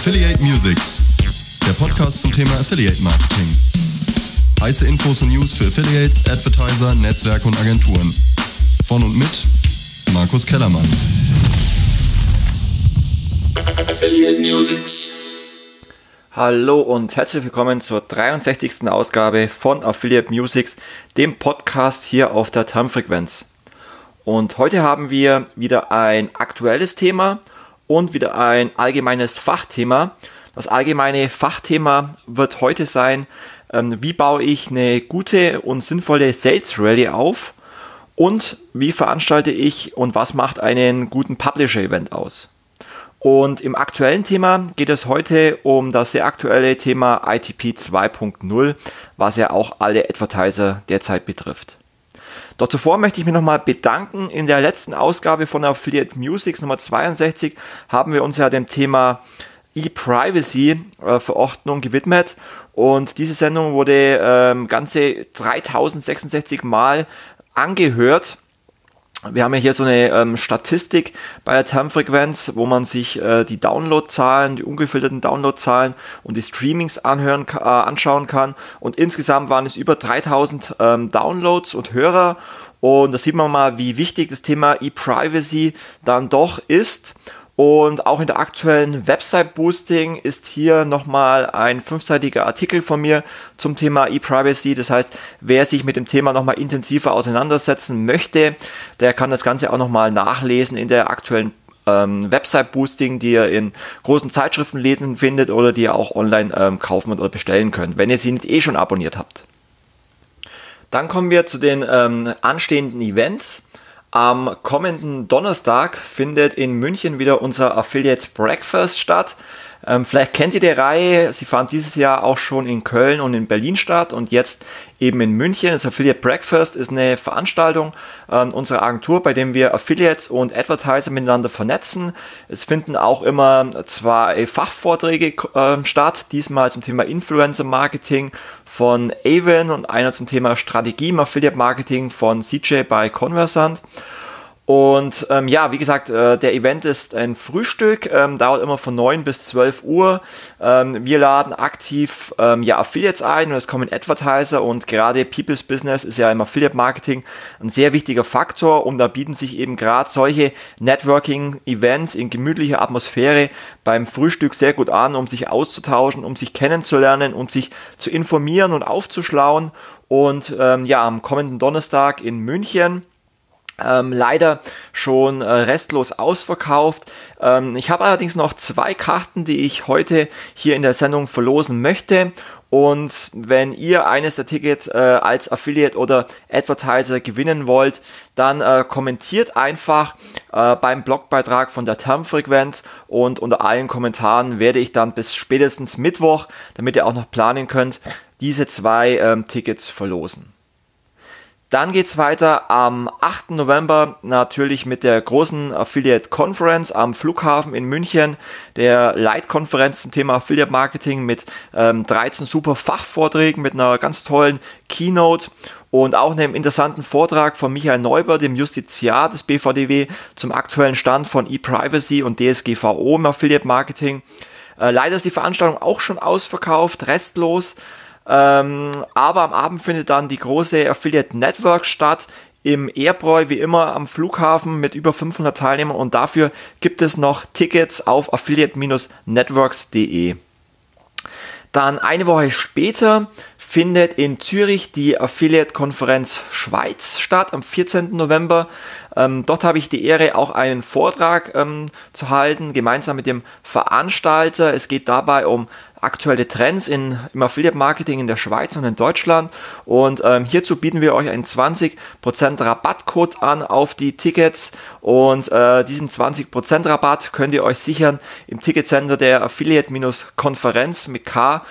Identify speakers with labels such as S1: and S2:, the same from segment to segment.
S1: Affiliate Musics, der Podcast zum Thema Affiliate Marketing. Heiße Infos und News für Affiliates, Advertiser, Netzwerke und Agenturen. Von und mit Markus Kellermann.
S2: Affiliate Musics.
S3: Hallo und herzlich willkommen zur 63. Ausgabe von Affiliate Musics, dem Podcast hier auf der Termfrequenz. Und heute haben wir wieder ein aktuelles Thema und wieder ein allgemeines Fachthema. Das allgemeine Fachthema wird heute sein, wie baue ich eine gute und sinnvolle Sales Rally auf und wie veranstalte ich und was macht einen guten Publisher-Event aus. Und im aktuellen Thema geht es heute um das sehr aktuelle Thema ITP 2.0, was ja auch alle Advertiser derzeit betrifft. Doch zuvor möchte ich mich nochmal bedanken. In der letzten Ausgabe von Affiliate Musics Nummer 62 haben wir uns ja dem Thema E-Privacy-Verordnung gewidmet und diese Sendung wurde ganze 3066 Mal angehört. Wir haben ja hier so eine Statistik bei der Termfrequenz, wo man sich die Downloadzahlen, die ungefilterten Downloadzahlen und die Streamings anschauen kann. Und insgesamt waren es über 3000 Downloads und Hörer. Und da sieht man mal, wie wichtig das Thema E-Privacy dann doch ist. Und auch in der aktuellen Website-Boosting ist hier nochmal ein 5-seitiger Artikel von mir zum Thema E-Privacy. Das heißt, wer sich mit dem Thema nochmal intensiver auseinandersetzen möchte, der kann das Ganze auch nochmal nachlesen in der aktuellen Website-Boosting, die ihr in großen Zeitschriften lesen findet oder die ihr auch online kaufen oder bestellen könnt, wenn ihr sie nicht schon abonniert habt. Dann kommen wir zu den anstehenden Events. Am kommenden Donnerstag findet in München wieder unser Affiliate Breakfast statt. Vielleicht kennt ihr die Reihe, sie fand dieses Jahr auch schon in Köln und in Berlin statt und jetzt eben in München. Das Affiliate Breakfast ist eine Veranstaltung unserer Agentur, bei dem wir Affiliates und Advertiser miteinander vernetzen. Es finden auch immer 2 Fachvorträge statt, diesmal zum Thema Influencer Marketing von Avon und einer zum Thema Strategie im Affiliate Marketing von CJ bei Conversant. Und wie gesagt, der Event ist ein Frühstück, dauert immer von 9 bis 12 Uhr. Wir laden aktiv Affiliates ein und es kommen Advertiser und gerade People's Business ist ja im Affiliate Marketing ein sehr wichtiger Faktor und da bieten sich eben gerade solche Networking-Events in gemütlicher Atmosphäre beim Frühstück sehr gut an, um sich auszutauschen, um sich kennenzulernen und sich zu informieren und aufzuschlauen. Und am kommenden Donnerstag in München leider schon restlos ausverkauft. Ich habe allerdings noch 2 Karten, die ich heute hier in der Sendung verlosen möchte. Und wenn ihr eines der Tickets als Affiliate oder Advertiser gewinnen wollt, dann kommentiert einfach beim Blogbeitrag von der Termfrequenz und unter allen Kommentaren werde ich dann bis spätestens Mittwoch, damit ihr auch noch planen könnt, diese 2 Tickets verlosen. Dann geht's weiter am 8. November natürlich mit der großen Affiliate Conference am Flughafen in München, der Leitkonferenz zum Thema Affiliate Marketing mit 13 super Fachvorträgen mit einer ganz tollen Keynote und auch einem interessanten Vortrag von Michael Neuber, dem Justiziar des BVDW, zum aktuellen Stand von E-Privacy und DSGVO im Affiliate Marketing. Leider ist die Veranstaltung auch schon ausverkauft, restlos. Aber am Abend findet dann die große Affiliate Network statt, im Erbräu wie immer am Flughafen mit über 500 Teilnehmern und dafür gibt es noch Tickets auf affiliate-networks.de. Dann eine Woche später findet in Zürich die Affiliate-Konferenz Schweiz statt, am 14. November. Dort habe ich die Ehre, auch einen Vortrag zu halten, gemeinsam mit dem Veranstalter. Es geht dabei um aktuelle Trends im Affiliate-Marketing in der Schweiz und in Deutschland. Und hierzu bieten wir euch einen 20% Rabattcode an auf die Tickets. Und diesen 20% Rabatt könnt ihr euch sichern im Ticketcenter der Affiliate-Konferenz mit k.ch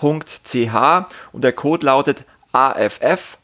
S3: und der Code lautet AFF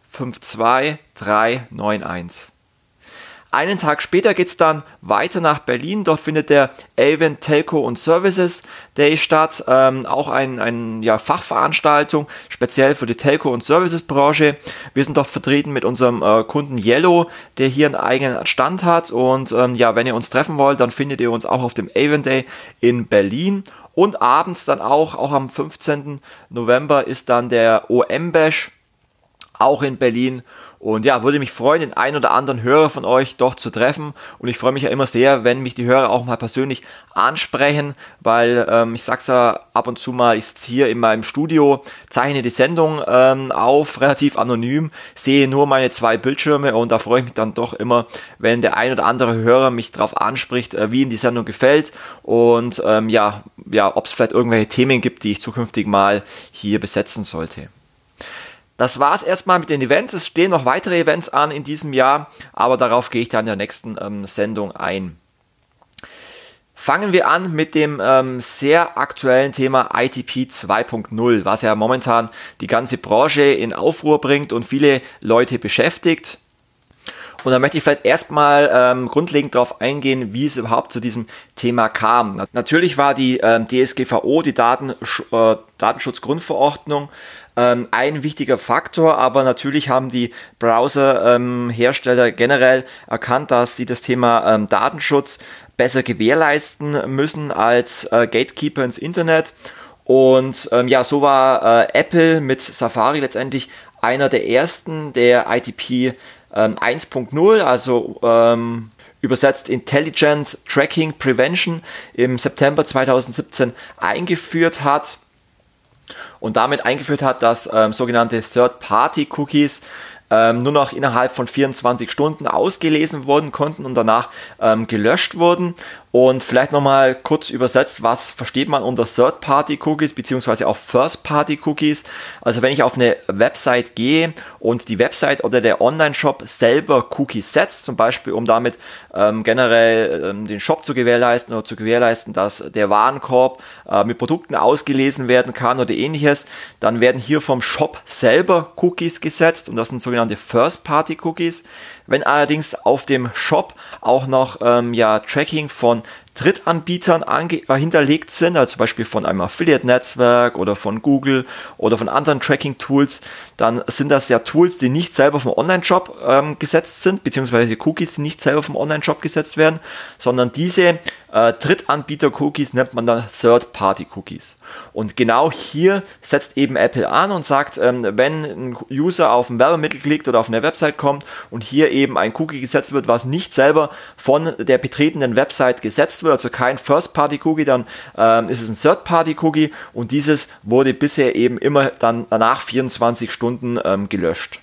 S3: 52391. Einen Tag später geht es dann weiter nach Berlin. Dort findet der Avon Telco und Services Day statt. Auch eine Fachveranstaltung, speziell für die Telco- und Services-Branche. Wir sind dort vertreten mit unserem Kunden Yellow, der hier einen eigenen Stand hat. Und wenn ihr uns treffen wollt, dann findet ihr uns auch auf dem Avon Day in Berlin. Und abends dann auch am 15. November ist dann der OM Bash, auch in Berlin. Und ja, würde mich freuen, den einen oder anderen Hörer von euch dort zu treffen. Und ich freue mich ja immer sehr, wenn mich die Hörer auch mal persönlich ansprechen, weil ich sag's ja ab und zu mal, ich sitze hier in meinem Studio, zeichne die Sendung auf, relativ anonym, sehe nur meine 2 Bildschirme und da freue ich mich dann doch immer, wenn der ein oder andere Hörer mich darauf anspricht, wie ihm die Sendung gefällt und ob es vielleicht irgendwelche Themen gibt, die ich zukünftig mal hier besetzen sollte. Das war es erstmal mit den Events. Es stehen noch weitere Events an in diesem Jahr, aber darauf gehe ich dann in der nächsten Sendung ein. Fangen wir an mit dem sehr aktuellen Thema ITP 2.0, was ja momentan die ganze Branche in Aufruhr bringt und viele Leute beschäftigt. Und da möchte ich vielleicht erstmal grundlegend darauf eingehen, wie es überhaupt zu diesem Thema kam. Natürlich war die DSGVO, die Datenschutzgrundverordnung, ein wichtiger Faktor, aber natürlich haben die Browser-Hersteller generell erkannt, dass sie das Thema Datenschutz besser gewährleisten müssen als Gatekeeper ins Internet. Und so war Apple mit Safari letztendlich einer der ersten, der ITP 1.0, also übersetzt Intelligent Tracking Prevention, im September 2017 eingeführt hat. Und damit eingeführt hat, dass sogenannte Third-Party-Cookies nur noch innerhalb von 24 Stunden ausgelesen wurden konnten und danach gelöscht wurden. Und vielleicht nochmal kurz übersetzt, was versteht man unter Third-Party-Cookies beziehungsweise auch First-Party-Cookies. Also wenn ich auf eine Website gehe und die Website oder der Online-Shop selber Cookies setzt, zum Beispiel um damit generell den Shop zu gewährleisten oder zu gewährleisten, dass der Warenkorb mit Produkten ausgelesen werden kann oder ähnliches, dann werden hier vom Shop selber Cookies gesetzt und das sind sogenannte First-Party-Cookies. Wenn allerdings auf dem Shop auch noch Tracking von Drittanbietern hinterlegt sind, also zum Beispiel von einem Affiliate-Netzwerk oder von Google oder von anderen Tracking-Tools, dann sind das ja Tools, die nicht selber vom Online-Shop gesetzt sind, beziehungsweise Cookies, die nicht selber vom Online-Shop gesetzt werden, sondern diese Drittanbieter-Cookies nennt man dann Third-Party-Cookies. Und genau hier setzt eben Apple an und sagt, wenn ein User auf ein Werbemittel klickt oder auf eine Website kommt und hier eben ein Cookie gesetzt wird, was nicht selber von der betretenen Website gesetzt wird, also kein First-Party-Cookie, dann ist es ein Third-Party-Cookie und dieses wurde bisher eben immer dann nach 24 Stunden gelöscht.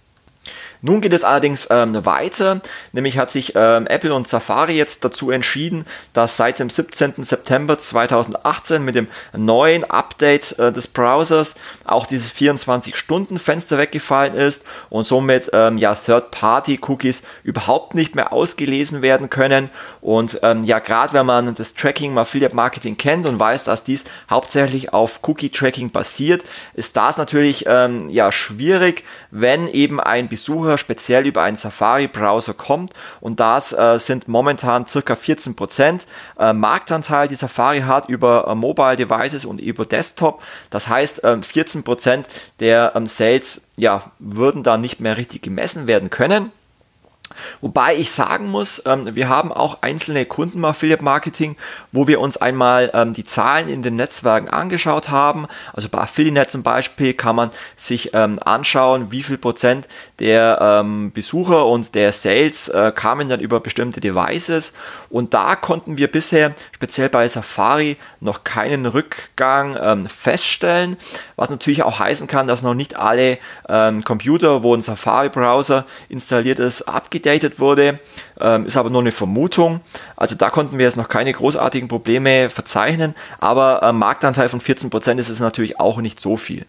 S3: Nun geht es allerdings weiter, nämlich hat sich Apple und Safari jetzt dazu entschieden, dass seit dem 17. September 2018 mit dem neuen Update des Browsers auch dieses 24-Stunden-Fenster weggefallen ist und somit Third-Party-Cookies überhaupt nicht mehr ausgelesen werden können. Und gerade wenn man das Tracking im Affiliate-Marketing kennt und weiß, dass dies hauptsächlich auf Cookie-Tracking basiert, ist das natürlich schwierig, wenn eben ein Besucher speziell über einen Safari-Browser kommt und das sind momentan ca. 14% Marktanteil, die Safari hat über Mobile Devices und über Desktop. Das heißt, 14% der Sales würden da nicht mehr richtig gemessen werden können. Wobei ich sagen muss, wir haben auch einzelne Kunden im Affiliate Marketing, wo wir uns einmal die Zahlen in den Netzwerken angeschaut haben. Also bei Affiliate zum Beispiel kann man sich anschauen, wie viel Prozent der Besucher und der Sales kamen dann über bestimmte Devices. Und da konnten wir bisher, speziell bei Safari, noch keinen Rückgang feststellen. Was natürlich auch heißen kann, dass noch nicht alle Computer, wo ein Safari-Browser installiert ist, abgedatet wurde, ist aber nur eine Vermutung. Also da konnten wir jetzt noch keine großartigen Probleme verzeichnen, aber Marktanteil von 14% ist es natürlich auch nicht so viel.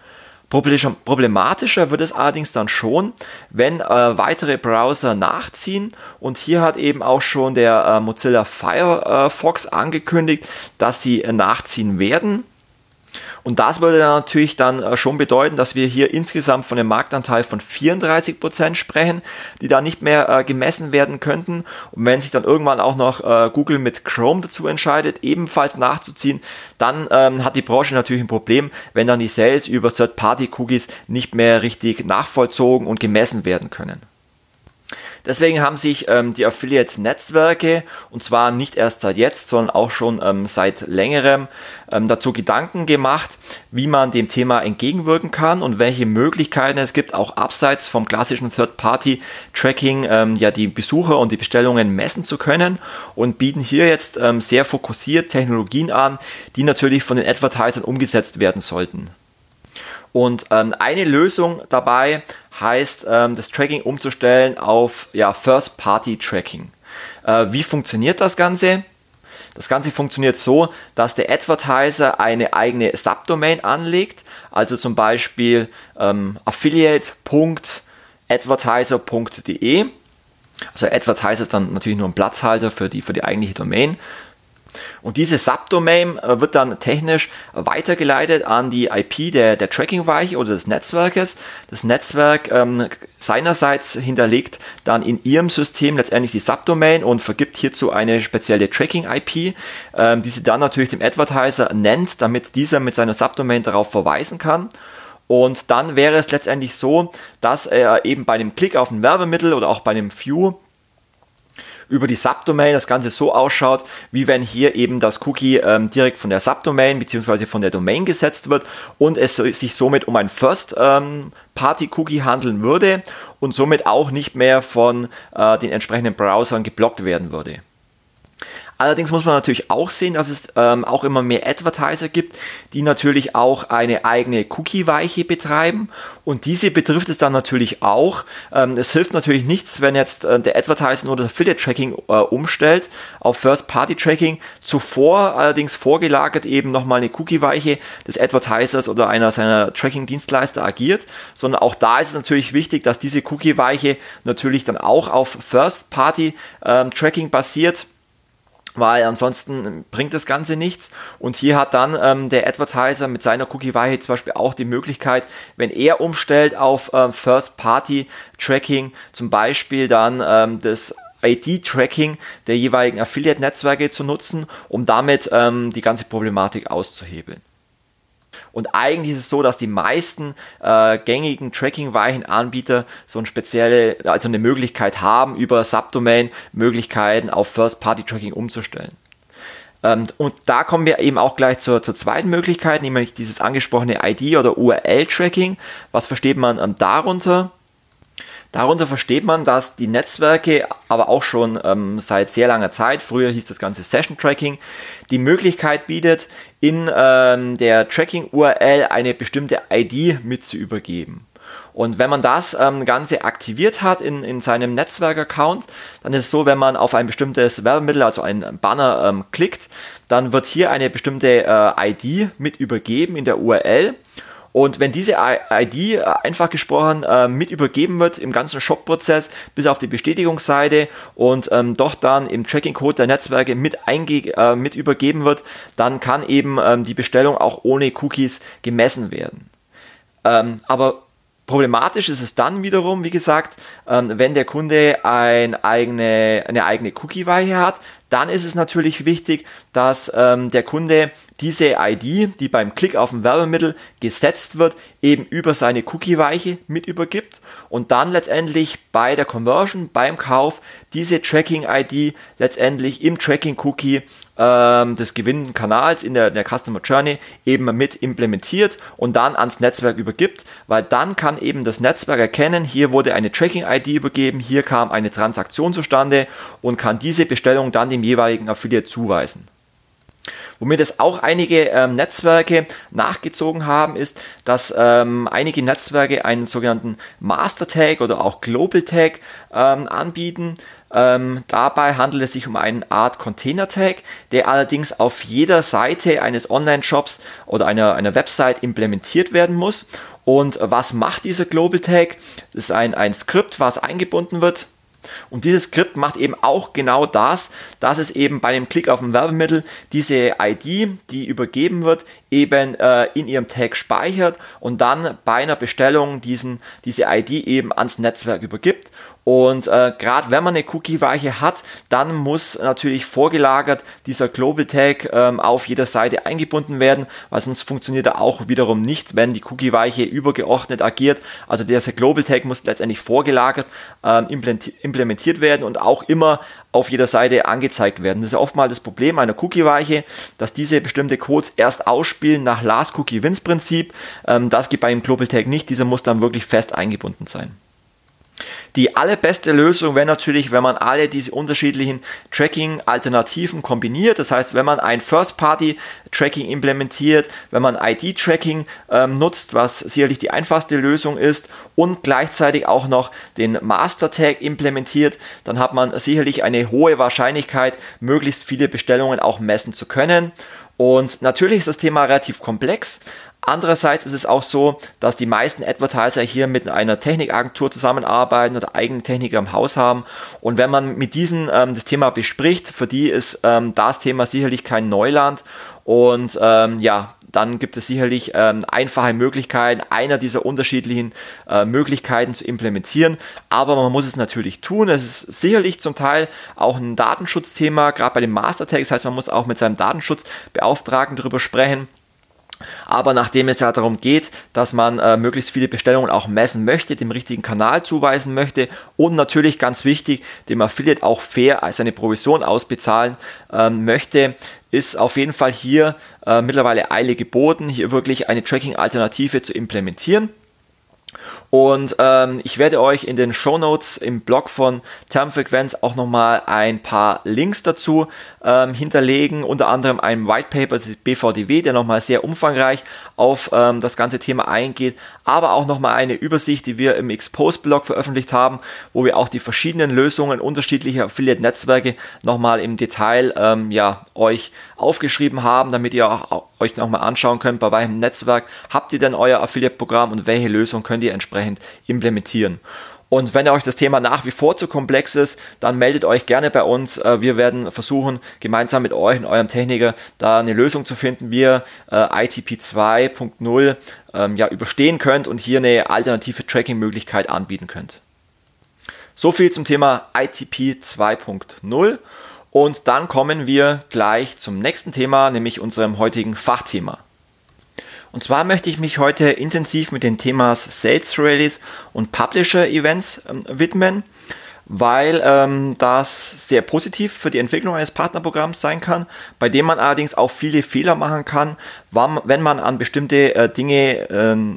S3: Problematischer wird es allerdings dann schon, wenn weitere Browser nachziehen und hier hat eben auch schon der Mozilla Firefox angekündigt, dass sie nachziehen werden. Und das würde dann natürlich dann schon bedeuten, dass wir hier insgesamt von einem Marktanteil von 34% sprechen, die da nicht mehr gemessen werden könnten. Und wenn sich dann irgendwann auch noch Google mit Chrome dazu entscheidet, ebenfalls nachzuziehen, dann hat die Branche natürlich ein Problem, wenn dann die Sales über Third-Party-Cookies nicht mehr richtig nachvollzogen und gemessen werden können. Deswegen haben sich die Affiliate-Netzwerke, und zwar nicht erst seit jetzt, sondern auch schon seit längerem, dazu Gedanken gemacht, wie man dem Thema entgegenwirken kann und welche Möglichkeiten es gibt, auch abseits vom klassischen Third-Party-Tracking die Besucher und die Bestellungen messen zu können, und bieten hier jetzt sehr fokussiert Technologien an, die natürlich von den Advertisern umgesetzt werden sollten. Und eine Lösung dabei heißt, das Tracking umzustellen auf First-Party-Tracking. Wie funktioniert das Ganze? Das Ganze funktioniert so, dass der Advertiser eine eigene Subdomain anlegt, also zum Beispiel affiliate.advertiser.de. Also Advertiser ist dann natürlich nur ein Platzhalter für die eigentliche Domain. Und diese Subdomain wird dann technisch weitergeleitet an die IP der Tracking-Weiche oder des Netzwerkes. Das Netzwerk seinerseits hinterlegt dann in ihrem System letztendlich die Subdomain und vergibt hierzu eine spezielle Tracking-IP, die sie dann natürlich dem Advertiser nennt, damit dieser mit seiner Subdomain darauf verweisen kann. Und dann wäre es letztendlich so, dass er eben bei dem Klick auf ein Werbemittel oder auch bei einem View über die Subdomain das Ganze so ausschaut, wie wenn hier eben das Cookie direkt von der Subdomain bzw. von der Domain gesetzt wird und es sich somit um ein First-Party-Cookie handeln würde und somit auch nicht mehr von den entsprechenden Browsern geblockt werden würde. Allerdings muss man natürlich auch sehen, dass es auch immer mehr Advertiser gibt, die natürlich auch eine eigene Cookie-Weiche betreiben, und diese betrifft es dann natürlich auch. Es hilft natürlich nichts, wenn jetzt der Advertiser nur das Affiliate-Tracking umstellt auf First-Party-Tracking, zuvor allerdings vorgelagert eben nochmal eine Cookie-Weiche des Advertisers oder einer seiner Tracking-Dienstleister agiert, sondern auch da ist es natürlich wichtig, dass diese Cookie-Weiche natürlich dann auch auf First-Party-Tracking basiert, weil ansonsten bringt das Ganze nichts. Und hier hat dann der Advertiser mit seiner Cookie-Weiche zum Beispiel auch die Möglichkeit, wenn er umstellt auf First-Party-Tracking, zum Beispiel dann das ID-Tracking der jeweiligen Affiliate-Netzwerke zu nutzen, um damit die ganze Problematik auszuhebeln. Und eigentlich ist es so, dass die meisten gängigen Tracking-Weichen-Anbieter so eine Möglichkeit haben, über Subdomain-Möglichkeiten auf First-Party-Tracking umzustellen. Und da kommen wir eben auch gleich zur zweiten Möglichkeit, nämlich dieses angesprochene ID- oder URL-Tracking. Was versteht man darunter? Darunter versteht man, dass die Netzwerke, aber auch schon seit sehr langer Zeit, früher hieß das Ganze Session Tracking, die Möglichkeit bietet, in der Tracking-URL eine bestimmte ID mit zu übergeben. Und wenn man das Ganze aktiviert hat in seinem Netzwerk-Account, dann ist es so, wenn man auf ein bestimmtes Werbemittel, also ein Banner klickt, dann wird hier eine bestimmte ID mit übergeben in der URL. Und wenn diese ID einfach gesprochen mit übergeben wird im ganzen Shop-Prozess bis auf die Bestätigungsseite und doch dann im Tracking-Code der Netzwerke mit übergeben wird, dann kann eben die Bestellung auch ohne Cookies gemessen werden. Aber problematisch ist es dann wiederum, wie gesagt, wenn der Kunde eine eigene Cookie-Weiche hat, dann ist es natürlich wichtig, dass der Kunde diese ID, die beim Klick auf ein Werbemittel gesetzt wird, eben über seine Cookie-Weiche mit übergibt und dann letztendlich bei der Conversion, beim Kauf, diese Tracking-ID letztendlich im Tracking-Cookie des gewinnenden Kanals in der Customer Journey eben mit implementiert und dann ans Netzwerk übergibt, weil dann kann eben das Netzwerk erkennen, hier wurde eine Tracking-ID übergeben, hier kam eine Transaktion zustande und kann diese Bestellung dann dem jeweiligen Affiliate zuweisen. Womit es auch einige Netzwerke nachgezogen haben, ist, dass einige Netzwerke einen sogenannten Master Tag oder auch Global Tag anbieten. Dabei handelt es sich um eine Art Container Tag, der allerdings auf jeder Seite eines Online-Shops oder einer Website implementiert werden muss. Und was macht dieser Global Tag? Das ist ein Skript, was eingebunden wird. Und dieses Skript macht eben auch genau das, dass es eben bei dem Klick auf ein Werbemittel diese ID, die übergeben wird, eben in ihrem Tag speichert und dann bei einer Bestellung diese ID eben ans Netzwerk übergibt. Und gerade wenn man eine Cookie-Weiche hat, dann muss natürlich vorgelagert dieser Global Tag auf jeder Seite eingebunden werden, weil sonst funktioniert er auch wiederum nicht, wenn die Cookie-Weiche übergeordnet agiert. Also dieser Global Tag muss letztendlich vorgelagert implementiert werden und auch immer auf jeder Seite angezeigt werden. Das ist ja oftmals das Problem einer Cookie-Weiche, dass diese bestimmte Codes erst ausspielen nach Last Cookie Wins Prinzip. Das geht beim Global Tag nicht, dieser muss dann wirklich fest eingebunden sein. Die allerbeste Lösung wäre natürlich, wenn man alle diese unterschiedlichen Tracking-Alternativen kombiniert. Das heißt, wenn man ein First-Party-Tracking implementiert, wenn man ID-Tracking nutzt, was sicherlich die einfachste Lösung ist, und gleichzeitig auch noch den Master-Tag implementiert, dann hat man sicherlich eine hohe Wahrscheinlichkeit, möglichst viele Bestellungen auch messen zu können. Und natürlich ist das Thema relativ komplex. Andererseits ist es auch so, dass die meisten Advertiser hier mit einer Technikagentur zusammenarbeiten oder eigene Techniker im Haus haben. Und wenn man mit diesen das Thema bespricht, für die ist das Thema sicherlich kein Neuland. Und dann gibt es sicherlich einfache Möglichkeiten, einer dieser unterschiedlichen Möglichkeiten zu implementieren. Aber man muss es natürlich tun. Es ist sicherlich zum Teil auch ein Datenschutzthema, gerade bei den Master-Tags. Das heißt, man muss auch mit seinem Datenschutzbeauftragten darüber sprechen. Aber nachdem es ja darum geht, dass man möglichst viele Bestellungen auch messen möchte, dem richtigen Kanal zuweisen möchte und natürlich ganz wichtig, dem Affiliate auch fair seine Provision ausbezahlen möchte, ist auf jeden Fall hier mittlerweile Eile geboten, hier wirklich eine Tracking-Alternative zu implementieren. Und ich werde euch in den Shownotes im Blog von Termfrequenz auch nochmal ein paar Links dazu hinterlegen, unter anderem ein White Paper des BVDW, der nochmal sehr umfangreich auf das ganze Thema eingeht, aber auch nochmal eine Übersicht, die wir im Expose-Blog veröffentlicht haben, wo wir auch die verschiedenen Lösungen unterschiedlicher Affiliate-Netzwerke nochmal im Detail euch aufgeschrieben haben, damit ihr euch nochmal anschauen könnt, bei welchem Netzwerk habt ihr denn euer Affiliate-Programm und welche Lösung könnt ihr entsprechend implementieren. Und wenn euch das Thema nach wie vor zu komplex ist, dann meldet euch gerne bei uns. Wir werden versuchen, gemeinsam mit euch und eurem Techniker da eine Lösung zu finden, wie ihr ITP 2.0 überstehen könnt und hier eine alternative Tracking-Möglichkeit anbieten könnt. So viel zum Thema ITP 2.0. Und dann kommen wir gleich zum nächsten Thema, nämlich unserem heutigen Fachthema. Und zwar möchte ich mich heute intensiv mit den Themas Sales Rallies und Publisher Events widmen, weil das sehr positiv für die Entwicklung eines Partnerprogramms sein kann, bei dem man allerdings auch viele Fehler machen kann, wenn man an bestimmte Dinge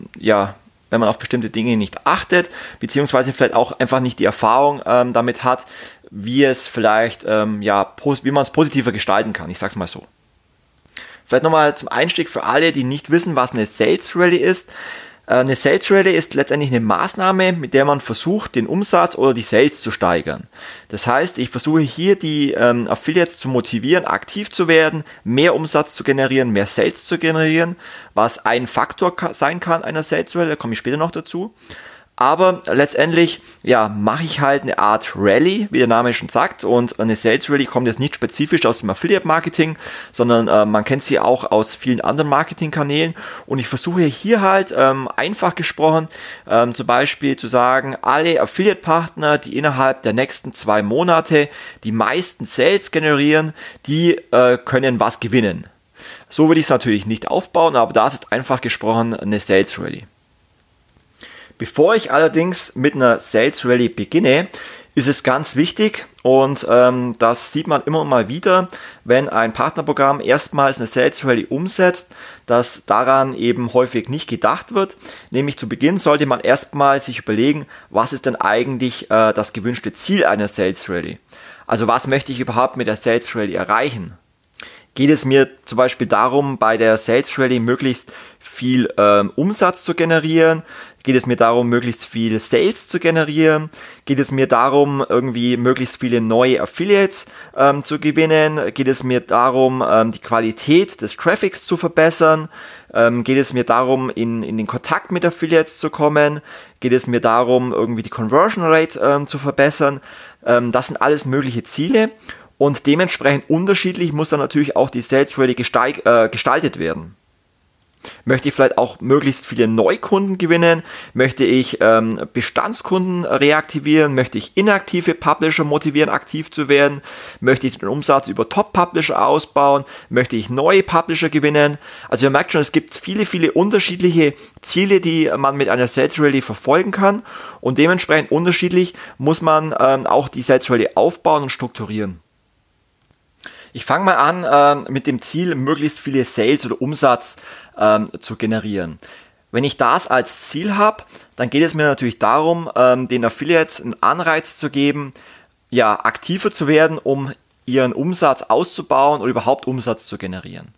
S3: wenn man auf bestimmte Dinge nicht achtet, beziehungsweise vielleicht auch einfach nicht die Erfahrung damit hat, wie es vielleicht, wie man es positiver gestalten kann. Ich sag's mal so. Vielleicht nochmal zum Einstieg für alle, die nicht wissen, was eine Sales Rally ist. Eine Sales Rally ist letztendlich eine Maßnahme, mit der man versucht, den Umsatz oder die Sales zu steigern. Das heißt, ich versuche hier die Affiliates zu motivieren, aktiv zu werden, mehr Umsatz zu generieren, mehr Sales zu generieren, was ein Faktor sein kann einer Sales Rally, da komme ich später noch dazu. Aber letztendlich, mache ich halt eine Art Rally, wie der Name schon sagt. Und eine Sales Rally kommt jetzt nicht spezifisch aus dem Affiliate-Marketing, sondern man kennt sie auch aus vielen anderen Marketingkanälen. Und ich versuche hier halt, einfach gesprochen, zum Beispiel zu sagen, alle Affiliate-Partner, die innerhalb der nächsten 2 Monate die meisten Sales generieren, die können was gewinnen. So würde ich es natürlich nicht aufbauen, aber das ist einfach gesprochen eine Sales Rally. Bevor ich allerdings mit einer Sales Rally beginne, ist es ganz wichtig und das sieht man immer mal wieder, wenn ein Partnerprogramm erstmals eine Sales Rally umsetzt, dass daran eben häufig nicht gedacht wird. Nämlich zu Beginn sollte man erstmal sich überlegen, was ist denn eigentlich das gewünschte Ziel einer Sales Rally? Also was möchte ich überhaupt mit der Sales Rally erreichen? Geht es mir zum Beispiel darum, bei der Sales Rally möglichst viel Umsatz zu generieren? Geht es mir darum, möglichst viel Sales zu generieren? Geht es mir darum, irgendwie möglichst viele neue Affiliates zu gewinnen? Geht es mir darum, die Qualität des Traffics zu verbessern? Geht es mir darum, in den Kontakt mit Affiliates zu kommen? Geht es mir darum, irgendwie die Conversion Rate zu verbessern? Das sind alles mögliche Ziele. Und dementsprechend unterschiedlich muss dann natürlich auch die Sales Rally gestaltet werden. Möchte ich vielleicht auch möglichst viele Neukunden gewinnen? Möchte ich Bestandskunden reaktivieren? Möchte ich inaktive Publisher motivieren, aktiv zu werden? Möchte ich den Umsatz über Top-Publisher ausbauen? Möchte ich neue Publisher gewinnen? Also ihr merkt schon, es gibt viele, viele unterschiedliche Ziele, die man mit einer Sales Rally verfolgen kann, und dementsprechend unterschiedlich muss man auch die Sales Rally aufbauen und strukturieren. Ich fange mal an mit dem Ziel, möglichst viele Sales oder Umsatz zu generieren. Wenn ich das als Ziel habe, dann geht es mir natürlich darum, den Affiliates einen Anreiz zu geben, ja, aktiver zu werden, um ihren Umsatz auszubauen oder überhaupt Umsatz zu generieren.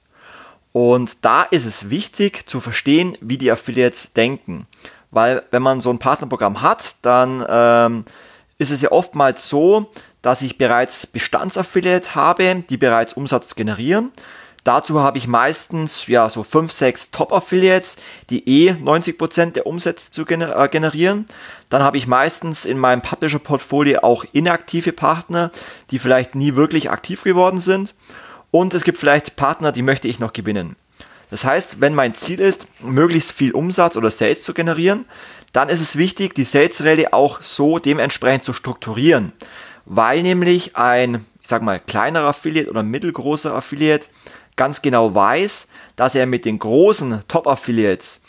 S3: Und da ist es wichtig zu verstehen, wie die Affiliates denken. Weil wenn man so ein Partnerprogramm hat, dann ist es ja oftmals so, dass ich bereits Bestandsaffiliate habe, die bereits Umsatz generieren. Dazu habe ich meistens ja so 5, 6 Top-Affiliates, die 90% der Umsätze zu generieren. Dann habe ich meistens in meinem Publisher-Portfolio auch inaktive Partner, die vielleicht nie wirklich aktiv geworden sind. Und es gibt vielleicht Partner, die möchte ich noch gewinnen. Das heißt, wenn mein Ziel ist, möglichst viel Umsatz oder Sales zu generieren, dann ist es wichtig, die Sales Rally auch so dementsprechend zu strukturieren. Weil nämlich ein, ich sag mal, kleinerer Affiliate oder mittelgroßer Affiliate ganz genau weiß, dass er mit den großen Top-Affiliates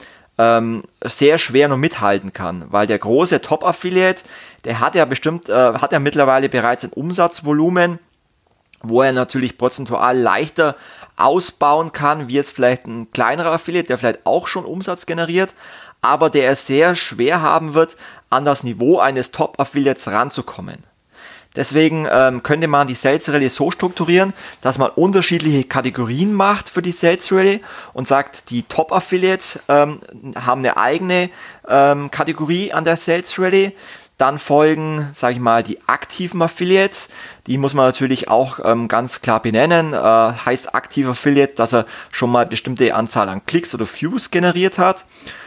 S3: sehr schwer nur mithalten kann. Weil der große Top-Affiliate, der hat ja mittlerweile bereits ein Umsatzvolumen, wo er natürlich prozentual leichter ausbauen kann, wie jetzt vielleicht ein kleinerer Affiliate, der vielleicht auch schon Umsatz generiert, aber der es sehr schwer haben wird, an das Niveau eines Top-Affiliates ranzukommen. Deswegen könnte man die Sales Rally so strukturieren, dass man unterschiedliche Kategorien macht für die Sales Rally und sagt, die Top-Affiliates haben eine eigene Kategorie an der Sales Rally. Dann folgen, sage ich mal, die aktiven Affiliates. Die muss man natürlich auch ganz klar benennen. Heißt aktiver Affiliate, dass er schon mal bestimmte Anzahl an Klicks oder Views generiert hat.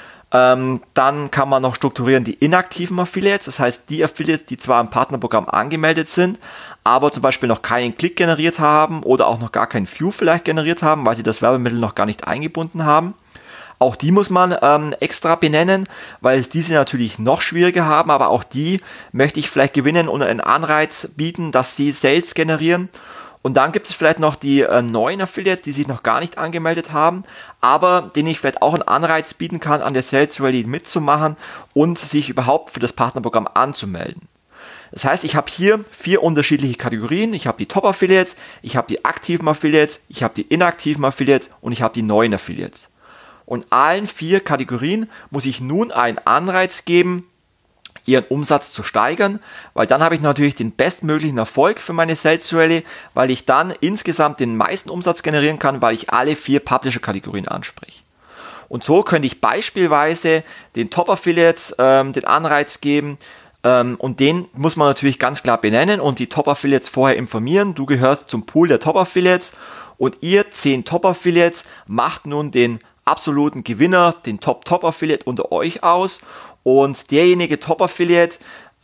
S3: Dann kann man noch strukturieren die inaktiven Affiliates, das heißt die Affiliates, die zwar im Partnerprogramm angemeldet sind, aber zum Beispiel noch keinen Klick generiert haben oder auch noch gar keinen View vielleicht generiert haben, weil sie das Werbemittel noch gar nicht eingebunden haben. Auch die muss man extra benennen, weil es diese natürlich noch schwieriger haben, aber auch die möchte ich vielleicht gewinnen und einen Anreiz bieten, dass sie Sales generieren. Und dann gibt es vielleicht noch die neuen Affiliates, die sich noch gar nicht angemeldet haben, aber denen ich vielleicht auch einen Anreiz bieten kann, an der Sales Rally mitzumachen und sich überhaupt für das Partnerprogramm anzumelden. Das heißt, ich habe hier 4 unterschiedliche Kategorien. Ich habe die Top-Affiliates, ich habe die aktiven Affiliates, ich habe die inaktiven Affiliates und ich habe die neuen Affiliates. Und allen 4 Kategorien muss ich nun einen Anreiz geben, ihren Umsatz zu steigern, weil dann habe ich natürlich den bestmöglichen Erfolg für meine Sales Rally, weil ich dann insgesamt den meisten Umsatz generieren kann, weil ich alle 4 Publisher-Kategorien anspreche. Und so könnte ich beispielsweise den Top-Affiliates den Anreiz geben, und den muss man natürlich ganz klar benennen und die Top-Affiliates vorher informieren. Du gehörst zum Pool der Top-Affiliates und ihr 10 Top-Affiliates macht nun den absoluten Gewinner, den Top-Affiliate unter euch aus. Und derjenige Top-Affiliate,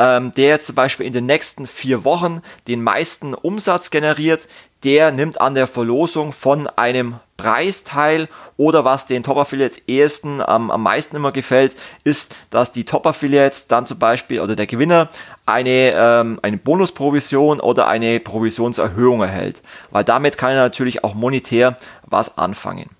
S3: der zum Beispiel in den nächsten 4 Wochen den meisten Umsatz generiert, der nimmt an der Verlosung von einem Preis teil. Oder was den Top-Affiliates am meisten immer gefällt, ist, dass die Top-Affiliates dann zum Beispiel oder der Gewinner eine Bonusprovision oder eine Provisionserhöhung erhält. Weil damit kann er natürlich auch monetär was anfangen.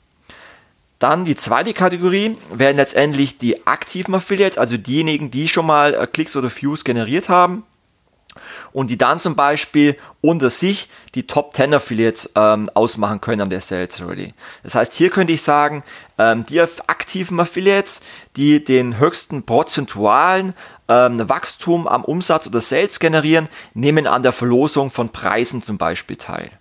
S3: Dann die zweite Kategorie wären letztendlich die aktiven Affiliates, also diejenigen, die schon mal Klicks oder Views generiert haben und die dann zum Beispiel unter sich die Top 10 Affiliates ausmachen können an der Sales Rally. Das heißt, hier könnte ich sagen, die aktiven Affiliates, die den höchsten prozentualen Wachstum am Umsatz oder Sales generieren, nehmen an der Verlosung von Preisen zum Beispiel teil.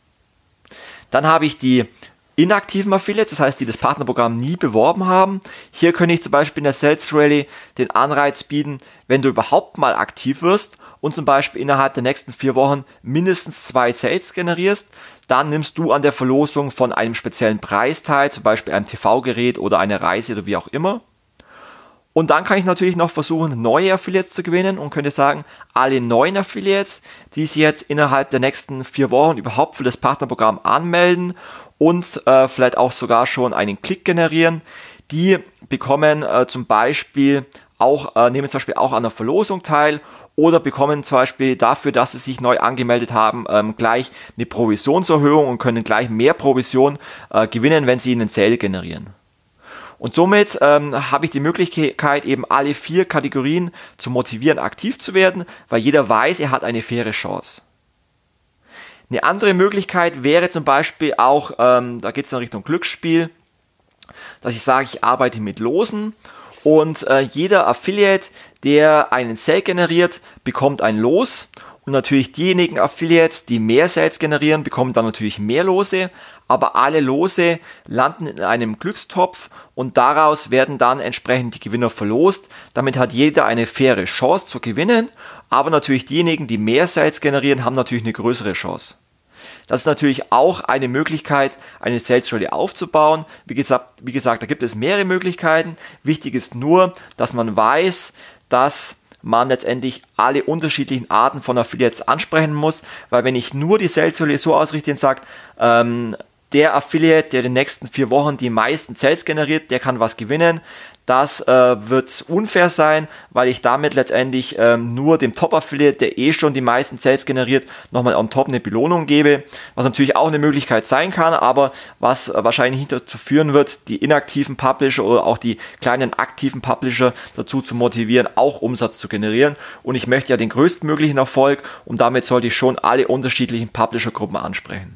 S3: Dann habe ich die inaktiven Affiliates, das heißt, die das Partnerprogramm nie beworben haben. Hier könnte ich zum Beispiel in der Sales Rally den Anreiz bieten, wenn du überhaupt mal aktiv wirst und zum Beispiel innerhalb der nächsten 4 Wochen mindestens 2 Sales generierst, dann nimmst du an der Verlosung von einem speziellen Preis teil, zum Beispiel einem TV-Gerät oder einer Reise oder wie auch immer. Und dann kann ich natürlich noch versuchen, neue Affiliates zu gewinnen und könnte sagen, alle neuen Affiliates, die sich jetzt innerhalb der nächsten 4 Wochen überhaupt für das Partnerprogramm anmelden und vielleicht auch sogar schon einen Klick generieren. Die bekommen zum Beispiel nehmen zum Beispiel auch an der Verlosung teil oder bekommen zum Beispiel dafür, dass sie sich neu angemeldet haben, gleich eine Provisionserhöhung und können gleich mehr Provision gewinnen, wenn sie einen Sale generieren. Und somit habe ich die Möglichkeit, eben alle 4 Kategorien zu motivieren, aktiv zu werden, weil jeder weiß, er hat eine faire Chance. Eine andere Möglichkeit wäre zum Beispiel auch, da geht es in Richtung Glücksspiel, dass ich sage, ich arbeite mit Losen und jeder Affiliate, der einen Sale generiert, bekommt ein Los. Und natürlich diejenigen Affiliates, die mehr Sales generieren, bekommen dann natürlich mehr Lose, aber alle Lose landen in einem Glückstopf und daraus werden dann entsprechend die Gewinner verlost. Damit hat jeder eine faire Chance zu gewinnen, aber natürlich diejenigen, die mehr Sales generieren, haben natürlich eine größere Chance. Das ist natürlich auch eine Möglichkeit, eine Sales Rally aufzubauen. Wie gesagt, da gibt es mehrere Möglichkeiten. Wichtig ist nur, dass man weiß, dass man letztendlich alle unterschiedlichen Arten von Affiliates ansprechen muss, weil wenn ich nur die Sales Rally so ausrichte und sage, der Affiliate, der in den nächsten 4 Wochen die meisten Sales generiert, der kann was gewinnen. Das wird unfair sein, weil ich damit letztendlich nur dem Top-Affiliate, der schon die meisten Sales generiert, nochmal on top eine Belohnung gebe, was natürlich auch eine Möglichkeit sein kann, aber was wahrscheinlich nicht dazu führen wird, die inaktiven Publisher oder auch die kleinen aktiven Publisher dazu zu motivieren, auch Umsatz zu generieren. Und ich möchte ja den größtmöglichen Erfolg und damit sollte ich schon alle unterschiedlichen Publisher-Gruppen ansprechen.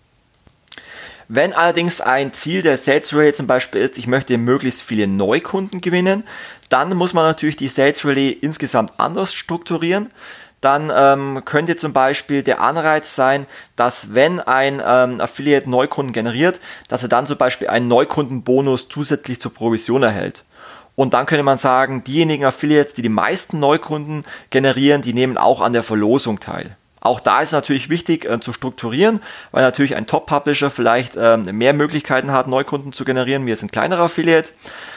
S3: Wenn allerdings ein Ziel der Sales Rally zum Beispiel ist, ich möchte möglichst viele Neukunden gewinnen, dann muss man natürlich die Sales Rally insgesamt anders strukturieren. Dann könnte zum Beispiel der Anreiz sein, dass wenn ein Affiliate Neukunden generiert, dass er dann zum Beispiel einen Neukundenbonus zusätzlich zur Provision erhält. Und dann könnte man sagen, diejenigen Affiliates, die die meisten Neukunden generieren, die nehmen auch an der Verlosung teil. Auch da ist natürlich wichtig zu strukturieren, weil natürlich ein Top-Publisher vielleicht mehr Möglichkeiten hat, Neukunden zu generieren, wie es ein kleinerer Affiliate.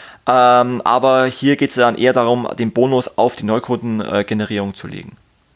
S3: Aber hier geht es dann eher darum, den Bonus auf die Neukundengenerierung zu legen.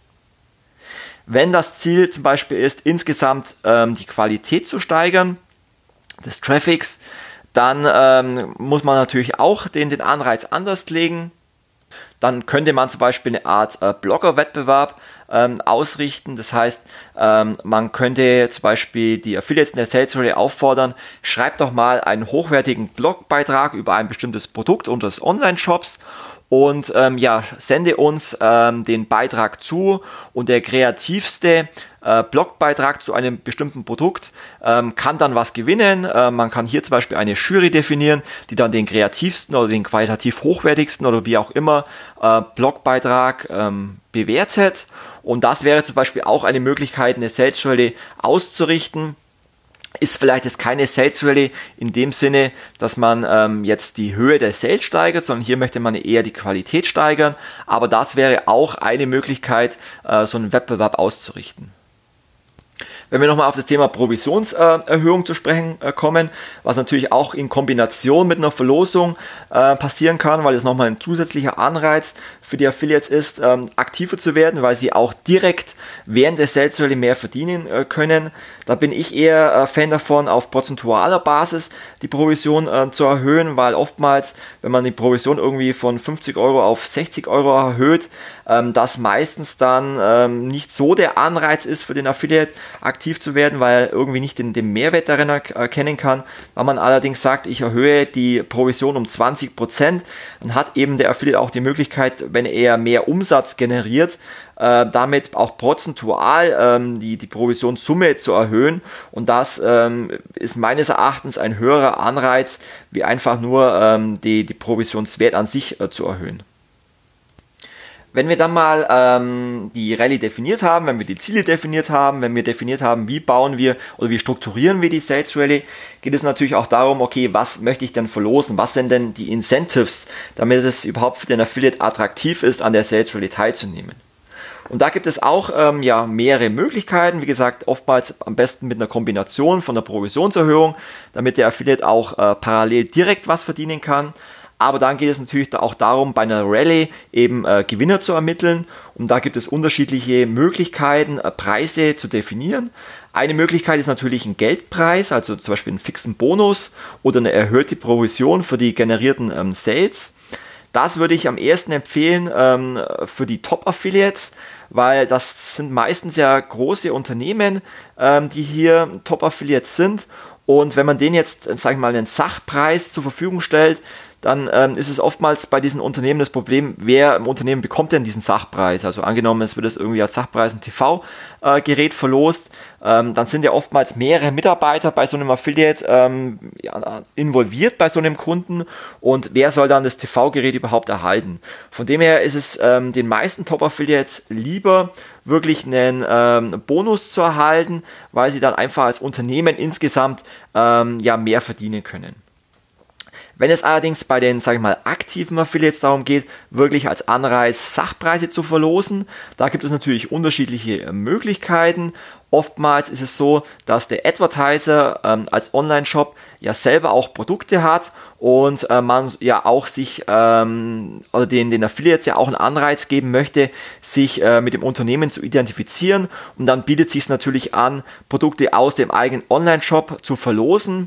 S3: Wenn das Ziel zum Beispiel ist, insgesamt die Qualität zu steigern, des Traffics, dann muss man natürlich auch den Anreiz anders legen. Dann könnte man zum Beispiel eine Art Blogger-Wettbewerb ausrichten. Das heißt, man könnte zum Beispiel die Affiliates in der Sales Rally auffordern, schreibt doch mal einen hochwertigen Blogbeitrag über ein bestimmtes Produkt unseres Online-Shops und sende uns den Beitrag zu und der kreativste Blogbeitrag zu einem bestimmten Produkt kann dann was gewinnen. Man kann hier zum Beispiel eine Jury definieren, die dann den kreativsten oder den qualitativ hochwertigsten oder wie auch immer Blogbeitrag bewertet. Und das wäre zum Beispiel auch eine Möglichkeit, eine Sales Rally auszurichten. Ist vielleicht jetzt keine Sales Rally in dem Sinne, dass man jetzt die Höhe der Sales steigert, sondern hier möchte man eher die Qualität steigern. Aber das wäre auch eine Möglichkeit, so einen Wettbewerb auszurichten. Wenn wir nochmal auf das Thema Provisionserhöhung zu sprechen kommen, was natürlich auch in Kombination mit einer Verlosung passieren kann, weil es nochmal ein zusätzlicher Anreiz für die Affiliates ist, aktiver zu werden, weil sie auch direkt während der Sales Rally mehr verdienen können. Da bin ich eher Fan davon, auf prozentualer Basis die Provision zu erhöhen, weil oftmals, wenn man die Provision irgendwie von 50 Euro auf 60 Euro erhöht, das meistens dann nicht so der Anreiz ist für den Affiliate, aktiv zu werden, weil er irgendwie nicht den Mehrwert darin erkennen kann. Wenn man allerdings sagt, ich erhöhe die Provision um 20%, dann hat eben der Affiliate auch die Möglichkeit, wenn er mehr Umsatz generiert, damit auch prozentual die Provisionssumme zu erhöhen, und das ist meines Erachtens ein höherer Anreiz, wie einfach nur die Provisionswert an sich zu erhöhen. Wenn wir dann mal die Rallye definiert haben, wenn wir die Ziele definiert haben, wenn wir definiert haben, wie bauen wir oder wie strukturieren wir die Sales Rally, geht es natürlich auch darum, okay, was möchte ich denn verlosen? Was sind denn die Incentives, damit es überhaupt für den Affiliate attraktiv ist, an der Sales Rally teilzunehmen? Und da gibt es auch mehrere Möglichkeiten. Wie gesagt, oftmals am besten mit einer Kombination von der Provisionserhöhung, damit der Affiliate auch parallel direkt was verdienen kann. Aber dann geht es natürlich auch darum, bei einer Rallye eben Gewinner zu ermitteln. Und da gibt es unterschiedliche Möglichkeiten, Preise zu definieren. Eine Möglichkeit ist natürlich ein Geldpreis, also zum Beispiel einen fixen Bonus oder eine erhöhte Provision für die generierten Sales. Das würde ich am ehesten empfehlen für die Top-Affiliates, weil das sind meistens ja große Unternehmen, die hier Top-Affiliates sind. Und wenn man denen jetzt, sage ich mal, einen Sachpreis zur Verfügung stellt, dann ist es oftmals bei diesen Unternehmen das Problem, wer im Unternehmen bekommt denn diesen Sachpreis? Also angenommen, es wird es irgendwie als Sachpreis ein TV-Gerät verlost, dann sind ja oftmals mehrere Mitarbeiter bei so einem Affiliate involviert bei so einem Kunden und wer soll dann das TV-Gerät überhaupt erhalten? Von dem her ist es den meisten Top-Affiliates lieber, wirklich einen Bonus zu erhalten, weil sie dann einfach als Unternehmen insgesamt mehr verdienen können. Wenn es allerdings bei den, sage ich mal, aktiven Affiliates darum geht, wirklich als Anreiz Sachpreise zu verlosen, da gibt es natürlich unterschiedliche Möglichkeiten. Oftmals ist es so, dass der Advertiser als Online-Shop ja selber auch Produkte hat und man ja auch sich oder den Affiliates ja auch einen Anreiz geben möchte, sich mit dem Unternehmen zu identifizieren, und dann bietet es sich natürlich an, Produkte aus dem eigenen Online-Shop zu verlosen.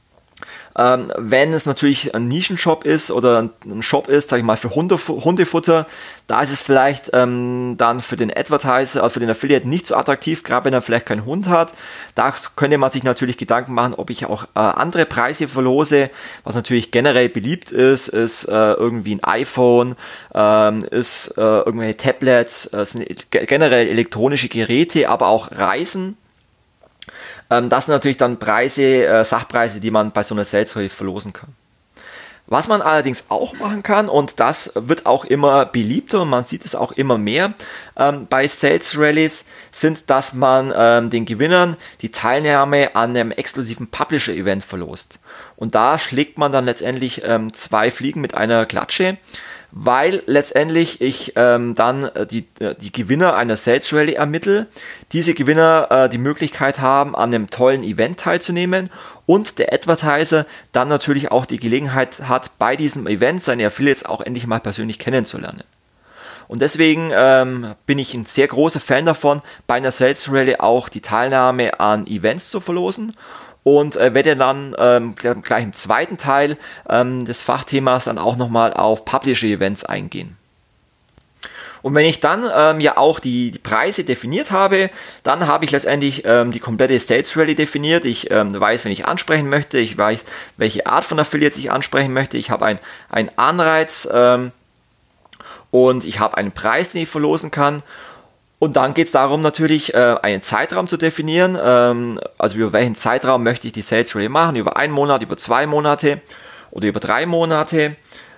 S3: Wenn es natürlich ein Nischenshop ist oder ein Shop ist, sage ich mal, für Hundefutter, da ist es vielleicht dann für den Advertiser, also für den Affiliate nicht so attraktiv, gerade wenn er vielleicht keinen Hund hat. Da könnte man sich natürlich Gedanken machen, ob ich auch andere Preise verlose. Was natürlich generell beliebt ist irgendwie ein iPhone, ist irgendwelche Tablets, sind generell elektronische Geräte, aber auch Reisen. Das sind natürlich dann Preise, Sachpreise, die man bei so einer Sales Rally verlosen kann. Was man allerdings auch machen kann, und das wird auch immer beliebter und man sieht es auch immer mehr bei Sales Rallies, sind, dass man den Gewinnern die Teilnahme an einem exklusiven Publisher-Event verlost. Und da schlägt man dann letztendlich 2 Fliegen mit einer Klatsche, weil letztendlich ich dann die Gewinner einer Sales Rally ermittle, diese Gewinner die Möglichkeit haben, an einem tollen Event teilzunehmen und der Advertiser dann natürlich auch die Gelegenheit hat, bei diesem Event seine Affiliates auch endlich mal persönlich kennenzulernen. Und deswegen bin ich ein sehr großer Fan davon, bei einer Sales Rally auch die Teilnahme an Events zu verlosen. Und werde dann gleich im zweiten Teil des Fachthemas dann auch nochmal auf Publisher-Events eingehen. Und wenn ich dann auch die Preise definiert habe, dann habe ich letztendlich die komplette Sales Rally definiert. Ich weiß, wen ich ansprechen möchte, ich weiß, welche Art von Affiliates ich ansprechen möchte. Ich habe einen Anreiz und ich habe einen Preis, den ich verlosen kann. Und dann geht es darum, natürlich einen Zeitraum zu definieren, also über welchen Zeitraum möchte ich die Sales Rally machen, über 1 Monat, über 2 Monate oder über 3 Monate.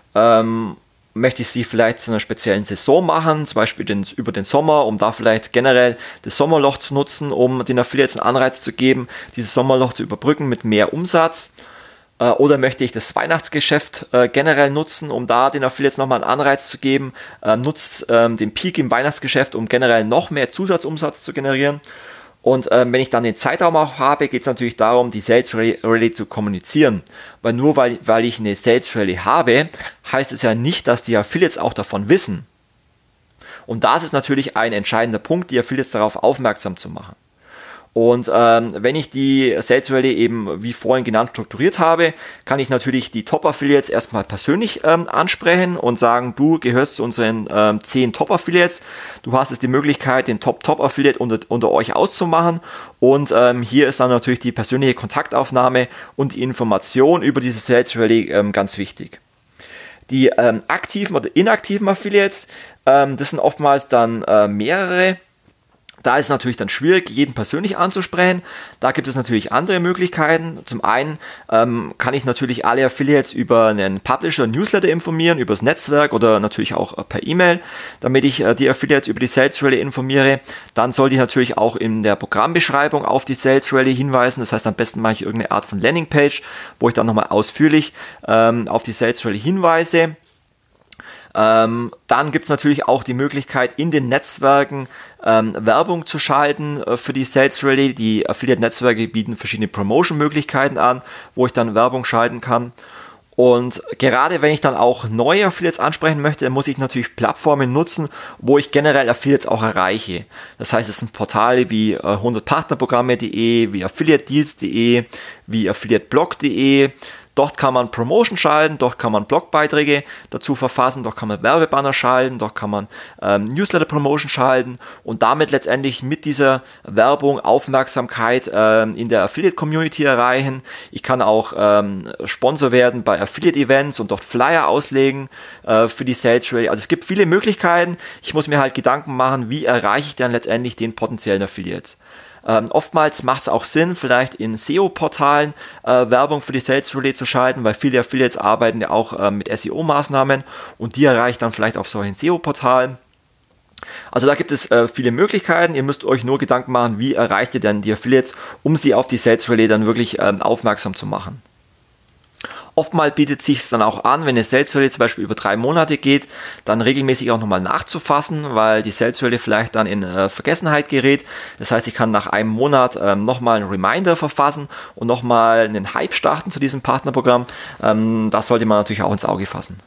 S3: Möchte ich sie vielleicht zu einer speziellen Saison machen, zum Beispiel über den Sommer, um da vielleicht generell das Sommerloch zu nutzen, um den Affiliates einen Anreiz zu geben, dieses Sommerloch zu überbrücken mit mehr Umsatz. Oder möchte ich das Weihnachtsgeschäft generell nutzen, um da den Affiliates nochmal einen Anreiz zu geben, nutzt den Peak im Weihnachtsgeschäft, um generell noch mehr Zusatzumsatz zu generieren. Und wenn ich dann den Zeitraum auch habe, geht es natürlich darum, die Sales Rally zu kommunizieren. Weil nur weil ich eine Sales Rally habe, heißt es ja nicht, dass die Affiliates auch davon wissen. Und das ist natürlich ein entscheidender Punkt, die Affiliates darauf aufmerksam zu machen. Und wenn ich die Sales Rally eben, wie vorhin genannt, strukturiert habe, kann ich natürlich die Top-Affiliates erstmal persönlich ansprechen und sagen, du gehörst zu unseren 10 Top-Affiliates. Du hast jetzt die Möglichkeit, den Top-Affiliate unter euch auszumachen. Und hier ist dann natürlich die persönliche Kontaktaufnahme und die Information über diese Sales Rally ganz wichtig. Die aktiven oder inaktiven Affiliates, das sind oftmals dann mehrere. Da ist es natürlich dann schwierig, jeden persönlich anzusprechen. Da gibt es natürlich andere Möglichkeiten. Zum einen kann ich natürlich alle Affiliates über einen Publisher-Newsletter informieren, über das Netzwerk oder natürlich auch per E-Mail, damit ich die Affiliates über die Sales Rally informiere. Dann sollte ich natürlich auch in der Programmbeschreibung auf die Sales Rally hinweisen. Das heißt, am besten mache ich irgendeine Art von Landingpage, wo ich dann nochmal ausführlich auf die Sales Rally hinweise. Dann gibt es natürlich auch die Möglichkeit, in den Netzwerken Werbung zu schalten für die Sales Rally. Die Affiliate-Netzwerke bieten verschiedene Promotion-Möglichkeiten an, wo ich dann Werbung schalten kann. Und gerade wenn ich dann auch neue Affiliates ansprechen möchte, dann muss ich natürlich Plattformen nutzen, wo ich generell Affiliates auch erreiche. Das heißt, es sind Portale wie 100partnerprogramme.de, wie affiliatedeals.de, wie affiliateblog.de. Dort kann man Promotion schalten, dort kann man Blogbeiträge dazu verfassen, dort kann man Werbebanner schalten, dort kann man Newsletter-Promotion schalten und damit letztendlich mit dieser Werbung Aufmerksamkeit in der Affiliate-Community erreichen. Ich kann auch Sponsor werden bei Affiliate-Events und dort Flyer auslegen für die Sales Rally. Also es gibt viele Möglichkeiten. Ich muss mir halt Gedanken machen, wie erreiche ich dann letztendlich den potenziellen Affiliates. Oftmals macht es auch Sinn, vielleicht in SEO-Portalen Werbung für die Sales Relay zu schalten, weil viele Affiliates arbeiten ja auch mit SEO-Maßnahmen und die erreicht dann vielleicht auf solchen SEO-Portalen. Also da gibt es viele Möglichkeiten. Ihr müsst euch nur Gedanken machen, wie erreicht ihr denn die Affiliates, um sie auf die Sales Relay dann wirklich aufmerksam zu machen. Oftmals bietet es sich dann auch an, wenn eine Sales Rally zum Beispiel über 3 Monate geht, dann regelmäßig auch nochmal nachzufassen, weil die Sales Rally vielleicht dann in Vergessenheit gerät. Das heißt, ich kann nach einem Monat nochmal einen Reminder verfassen und nochmal einen Hype starten zu diesem Partnerprogramm. Das sollte man natürlich auch ins Auge fassen.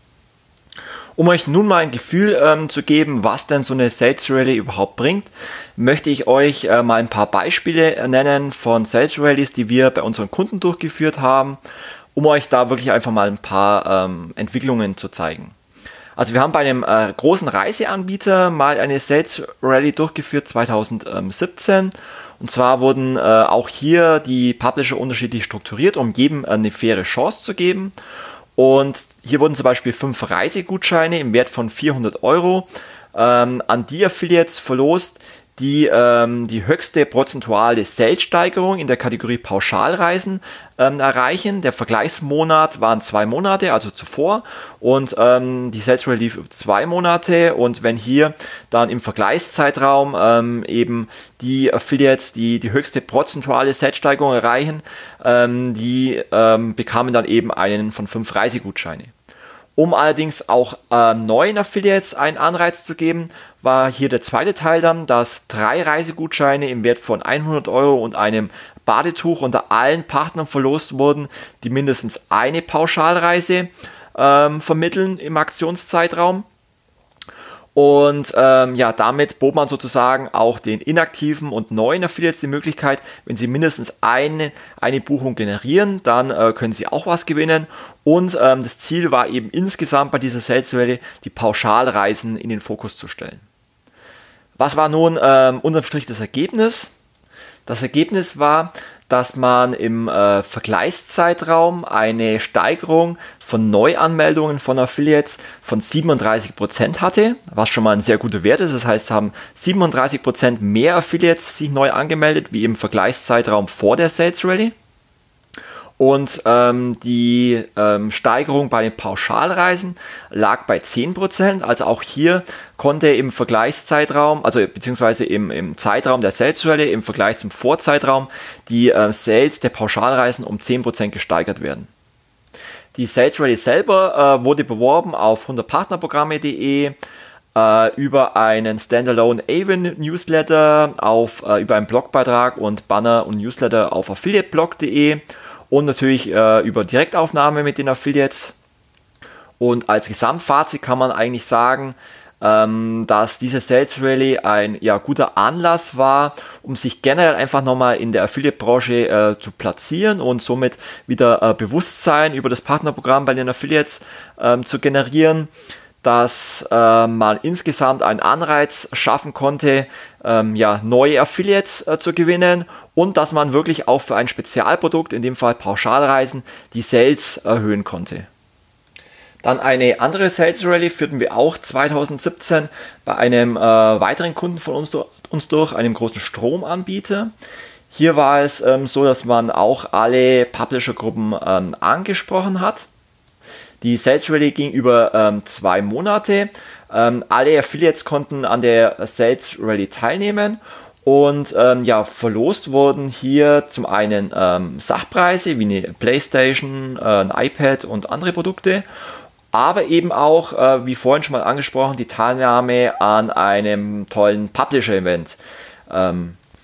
S3: Um euch nun mal ein Gefühl zu geben, was denn so eine Sales Rally überhaupt bringt, möchte ich euch mal ein paar Beispiele nennen von Sales Rallys, die wir bei unseren Kunden durchgeführt haben, um euch da wirklich einfach mal ein paar Entwicklungen zu zeigen. Also wir haben bei einem großen Reiseanbieter mal eine Sales Rally durchgeführt 2017 und zwar wurden auch hier die Publisher unterschiedlich strukturiert, um jedem eine faire Chance zu geben. Und hier wurden zum Beispiel 5 Reisegutscheine im Wert von 400 Euro an die Affiliates verlost, die die höchste prozentuale Sales-Steigerung in der Kategorie Pauschalreisen erreichen. Der Vergleichsmonat waren 2 Monate, also zuvor, und die Sales Rally lief über 2 Monate. Und wenn hier dann im Vergleichszeitraum eben die Affiliates, die höchste prozentuale Sales-Steigerung erreichen, die bekamen dann eben einen von 5 Reisegutscheine. Um allerdings auch neuen Affiliates einen Anreiz zu geben, war hier der zweite Teil dann, dass 3 Reisegutscheine im Wert von 100 Euro und einem Badetuch unter allen Partnern verlost wurden, die mindestens eine Pauschalreise vermitteln im Aktionszeitraum. Und damit bot man sozusagen auch den inaktiven und neuen Affiliates die Möglichkeit, wenn sie mindestens eine Buchung generieren, dann können sie auch was gewinnen. Und das Ziel war eben insgesamt bei dieser Sales Rally, die Pauschalreisen in den Fokus zu stellen. Was war nun unterm Strich das Ergebnis? Das Ergebnis war, dass man im Vergleichszeitraum eine Steigerung von Neuanmeldungen von Affiliates von 37% hatte, was schon mal ein sehr guter Wert ist. Das heißt, es haben 37% mehr Affiliates sich neu angemeldet, wie im Vergleichszeitraum vor der Sales Rally. Und die Steigerung bei den Pauschalreisen lag bei 10%. Also auch hier konnte im Vergleichszeitraum, also beziehungsweise im Zeitraum der Sales Rally im Vergleich zum Vorzeitraum, die Sales der Pauschalreisen um 10% gesteigert werden. Die Sales Rally selber wurde beworben auf 100partnerprogramme.de, über einen Standalone Avon Newsletter, über einen Blogbeitrag und Banner und Newsletter auf affiliateblog.de. Und natürlich über Direktaufnahme mit den Affiliates. Und als Gesamtfazit kann man eigentlich sagen, dass diese Sales Rally ein guter Anlass war, um sich generell einfach nochmal in der Affiliate-Branche zu platzieren und somit wieder Bewusstsein über das Partnerprogramm bei den Affiliates zu generieren, dass man insgesamt einen Anreiz schaffen konnte, neue Affiliates zu gewinnen und dass man wirklich auch für ein Spezialprodukt, in dem Fall Pauschalreisen, die Sales erhöhen konnte. Dann eine andere Sales Rally führten wir auch 2017 bei einem weiteren Kunden von uns durch, einem großen Stromanbieter. Hier war es so, dass man auch alle Publisher-Gruppen angesprochen hat. Die Sales Rally ging über 2 Monate. Alle Affiliates konnten an der Sales Rally teilnehmen und verlost wurden hier zum einen Sachpreise wie eine Playstation, ein iPad und andere Produkte, aber eben auch, wie vorhin schon mal angesprochen, die Teilnahme an einem tollen Publisher-Event.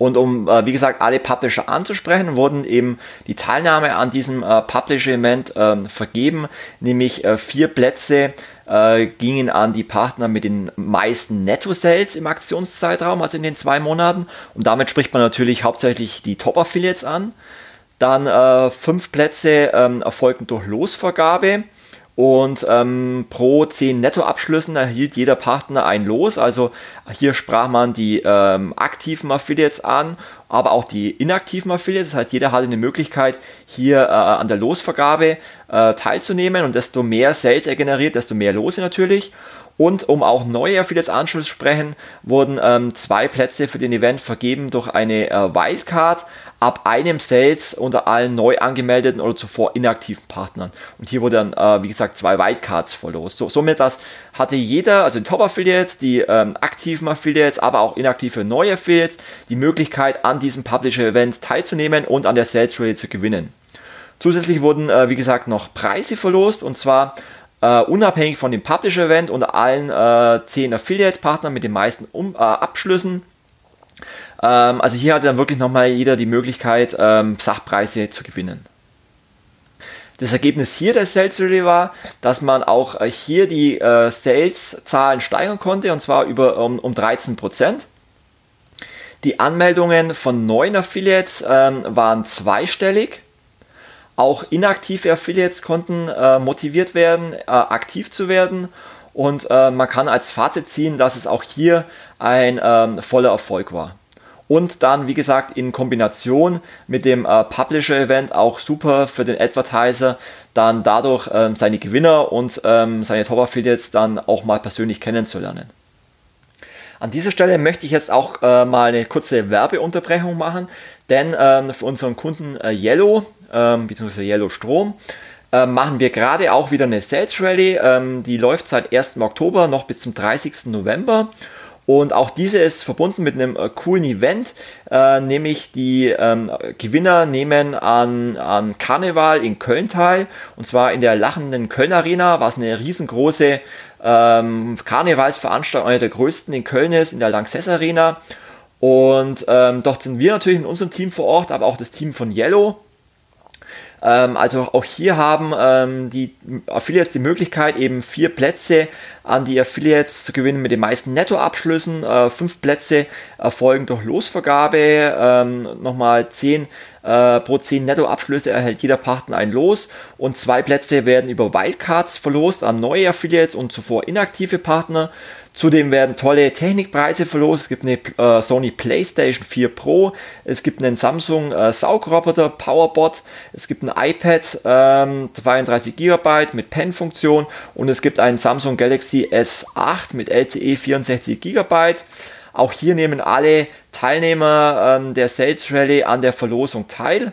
S3: Und um, wie gesagt, alle Publisher anzusprechen, wurden eben die Teilnahme an diesem Publisher-Event vergeben, nämlich 4 Plätze gingen an die Partner mit den meisten Netto-Sales im Aktionszeitraum, also in den 2 Monaten. Und damit spricht man natürlich hauptsächlich die Top-Affiliates an. Dann 5 Plätze erfolgten durch Losvergabe. Und pro 10 Nettoabschlüssen erhielt jeder Partner ein Los. Also hier sprach man die aktiven Affiliates an, aber auch die inaktiven Affiliates. Das heißt, jeder hatte eine Möglichkeit, hier an der Losvergabe teilzunehmen. Und desto mehr Sales er generiert, desto mehr Lose natürlich. Und um auch neue Affiliates anzusprechen, wurden 2 Plätze für den Event vergeben durch eine Wildcard ab einem Sales unter allen neu angemeldeten oder zuvor inaktiven Partnern. Und hier wurde dann, wie gesagt, 2 Wildcards verlost. Somit hatte jeder, also die Top-Affiliates, die aktiven Affiliates, aber auch inaktive neue Affiliates, die Möglichkeit, an diesem Publisher-Event teilzunehmen und an der Sales Rally zu gewinnen. Zusätzlich wurden, wie gesagt, noch Preise verlost, und zwar unabhängig von dem Publisher-Event unter allen 10 Affiliate-Partnern mit den meisten Abschlüssen. Also hier hatte dann wirklich nochmal jeder die Möglichkeit, Sachpreise zu gewinnen. Das Ergebnis hier der Sales Rally war, dass man auch hier die Sales-Zahlen steigern konnte, und zwar um 13%. Die Anmeldungen von neuen Affiliates waren zweistellig. Auch inaktive Affiliates konnten motiviert werden, aktiv zu werden. Und man kann als Fazit ziehen, dass es auch hier ein voller Erfolg war. Und dann, wie gesagt, in Kombination mit dem Publisher-Event auch super für den Advertiser, dann dadurch seine Gewinner und seine Top-Affiliates dann auch mal persönlich kennenzulernen. An dieser Stelle möchte ich jetzt auch mal eine kurze Werbeunterbrechung machen, denn für unseren Kunden Yellow, bzw. Yellow Strom, machen wir gerade auch wieder eine Sales Rally. Die läuft seit 1. Oktober noch bis zum 30. November. Und auch diese ist verbunden mit einem coolen Event, nämlich die Gewinner nehmen an Karneval in Köln teil, und zwar in der lachenden Köln Arena, was eine riesengroße Karnevalsveranstaltung, eine der größten in Köln ist, in der Lanxess Arena. Und dort sind wir natürlich in unserem Team vor Ort, aber auch das Team von Yellow. Also auch hier haben die Affiliates die Möglichkeit, eben 4 Plätze an die Affiliates zu gewinnen mit den meisten Nettoabschlüssen. 5 Plätze erfolgen durch Losvergabe. Nochmal 10 pro 10 Nettoabschlüsse erhält jeder Partner ein Los. Und 2 Plätze werden über Wildcards verlost an neue Affiliates und zuvor inaktive Partner. Zudem werden tolle Technikpreise verlost. Es gibt eine Sony PlayStation 4 Pro, es gibt einen Samsung Saugroboter Powerbot, es gibt ein iPad 32 GB mit Pen-Funktion und es gibt einen Samsung Galaxy S8 mit LTE 64 GB. Auch hier nehmen alle Teilnehmer der Sales Rally an der Verlosung teil.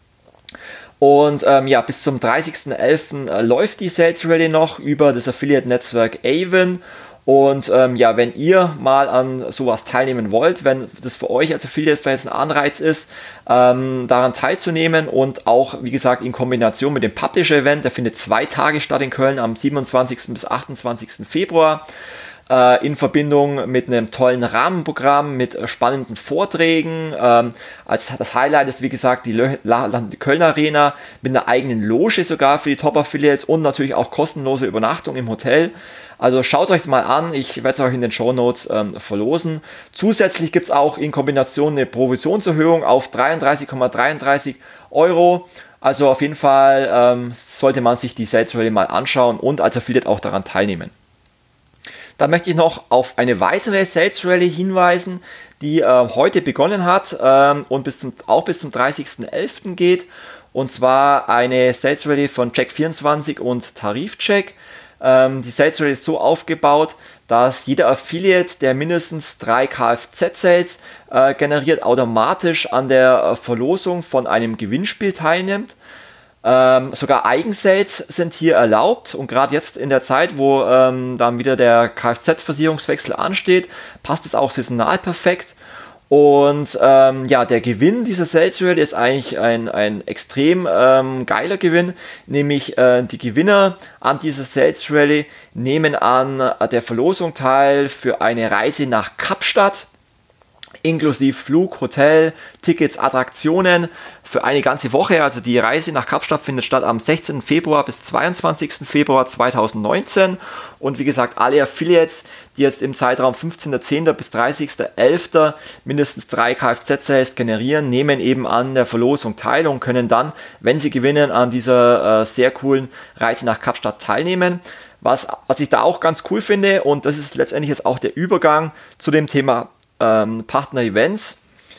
S3: Und ja, bis zum 30.11. läuft die Sales Rally noch über das Affiliate-Netzwerk Avon. Und ja, wenn ihr mal an sowas teilnehmen wollt, wenn das für euch als Affiliate vielleicht ein Anreiz ist, daran teilzunehmen und auch, wie gesagt, in Kombination mit dem Publisher-Event, der findet 2 Tage statt in Köln am 27. bis 28. Februar, in Verbindung mit einem tollen Rahmenprogramm, mit spannenden Vorträgen. Als das Highlight ist, wie gesagt, die Köln Arena mit einer eigenen Loge sogar für die Top-Affiliates und natürlich auch kostenlose Übernachtung im Hotel. Also schaut euch mal an, ich werde es euch in den Shownotes verlosen. Zusätzlich gibt es auch in Kombination eine Provisionserhöhung auf 33,33 €. Also auf jeden Fall sollte man sich die Sales Rally mal anschauen und als Affiliate auch daran teilnehmen. Dann möchte ich noch auf eine weitere Sales Rally hinweisen, die heute begonnen hat und auch bis zum 30.11. geht. Und zwar eine Sales Rally von Check24 und Tarifcheck. Die Sales Rally ist so aufgebaut, dass jeder Affiliate, der mindestens 3 Kfz-Sales generiert, automatisch an der Verlosung von einem Gewinnspiel teilnimmt. Sogar Eigensales sind hier erlaubt und gerade jetzt in der Zeit, wo dann wieder der Kfz-Versicherungswechsel ansteht, passt es auch saisonal perfekt. Und ja, der Gewinn dieser Sales Rally ist eigentlich ein extrem geiler Gewinn, nämlich die Gewinner an dieser Sales Rally nehmen an der Verlosung teil für eine Reise nach Kapstadt. inklusive Flug, Hotel, Tickets, Attraktionen für eine ganze Woche. Also die Reise nach Kapstadt findet statt am 16. Februar bis 22. Februar 2019. Und wie gesagt, alle Affiliates, die jetzt im Zeitraum 15.10. bis 30.11. mindestens 3 Kfz-Sales generieren, nehmen eben an der Verlosung teil und können dann, wenn sie gewinnen, an dieser sehr coolen Reise nach Kapstadt teilnehmen. Was ich da auch ganz cool finde, und das ist letztendlich jetzt auch der Übergang zu dem Thema Partner-Events.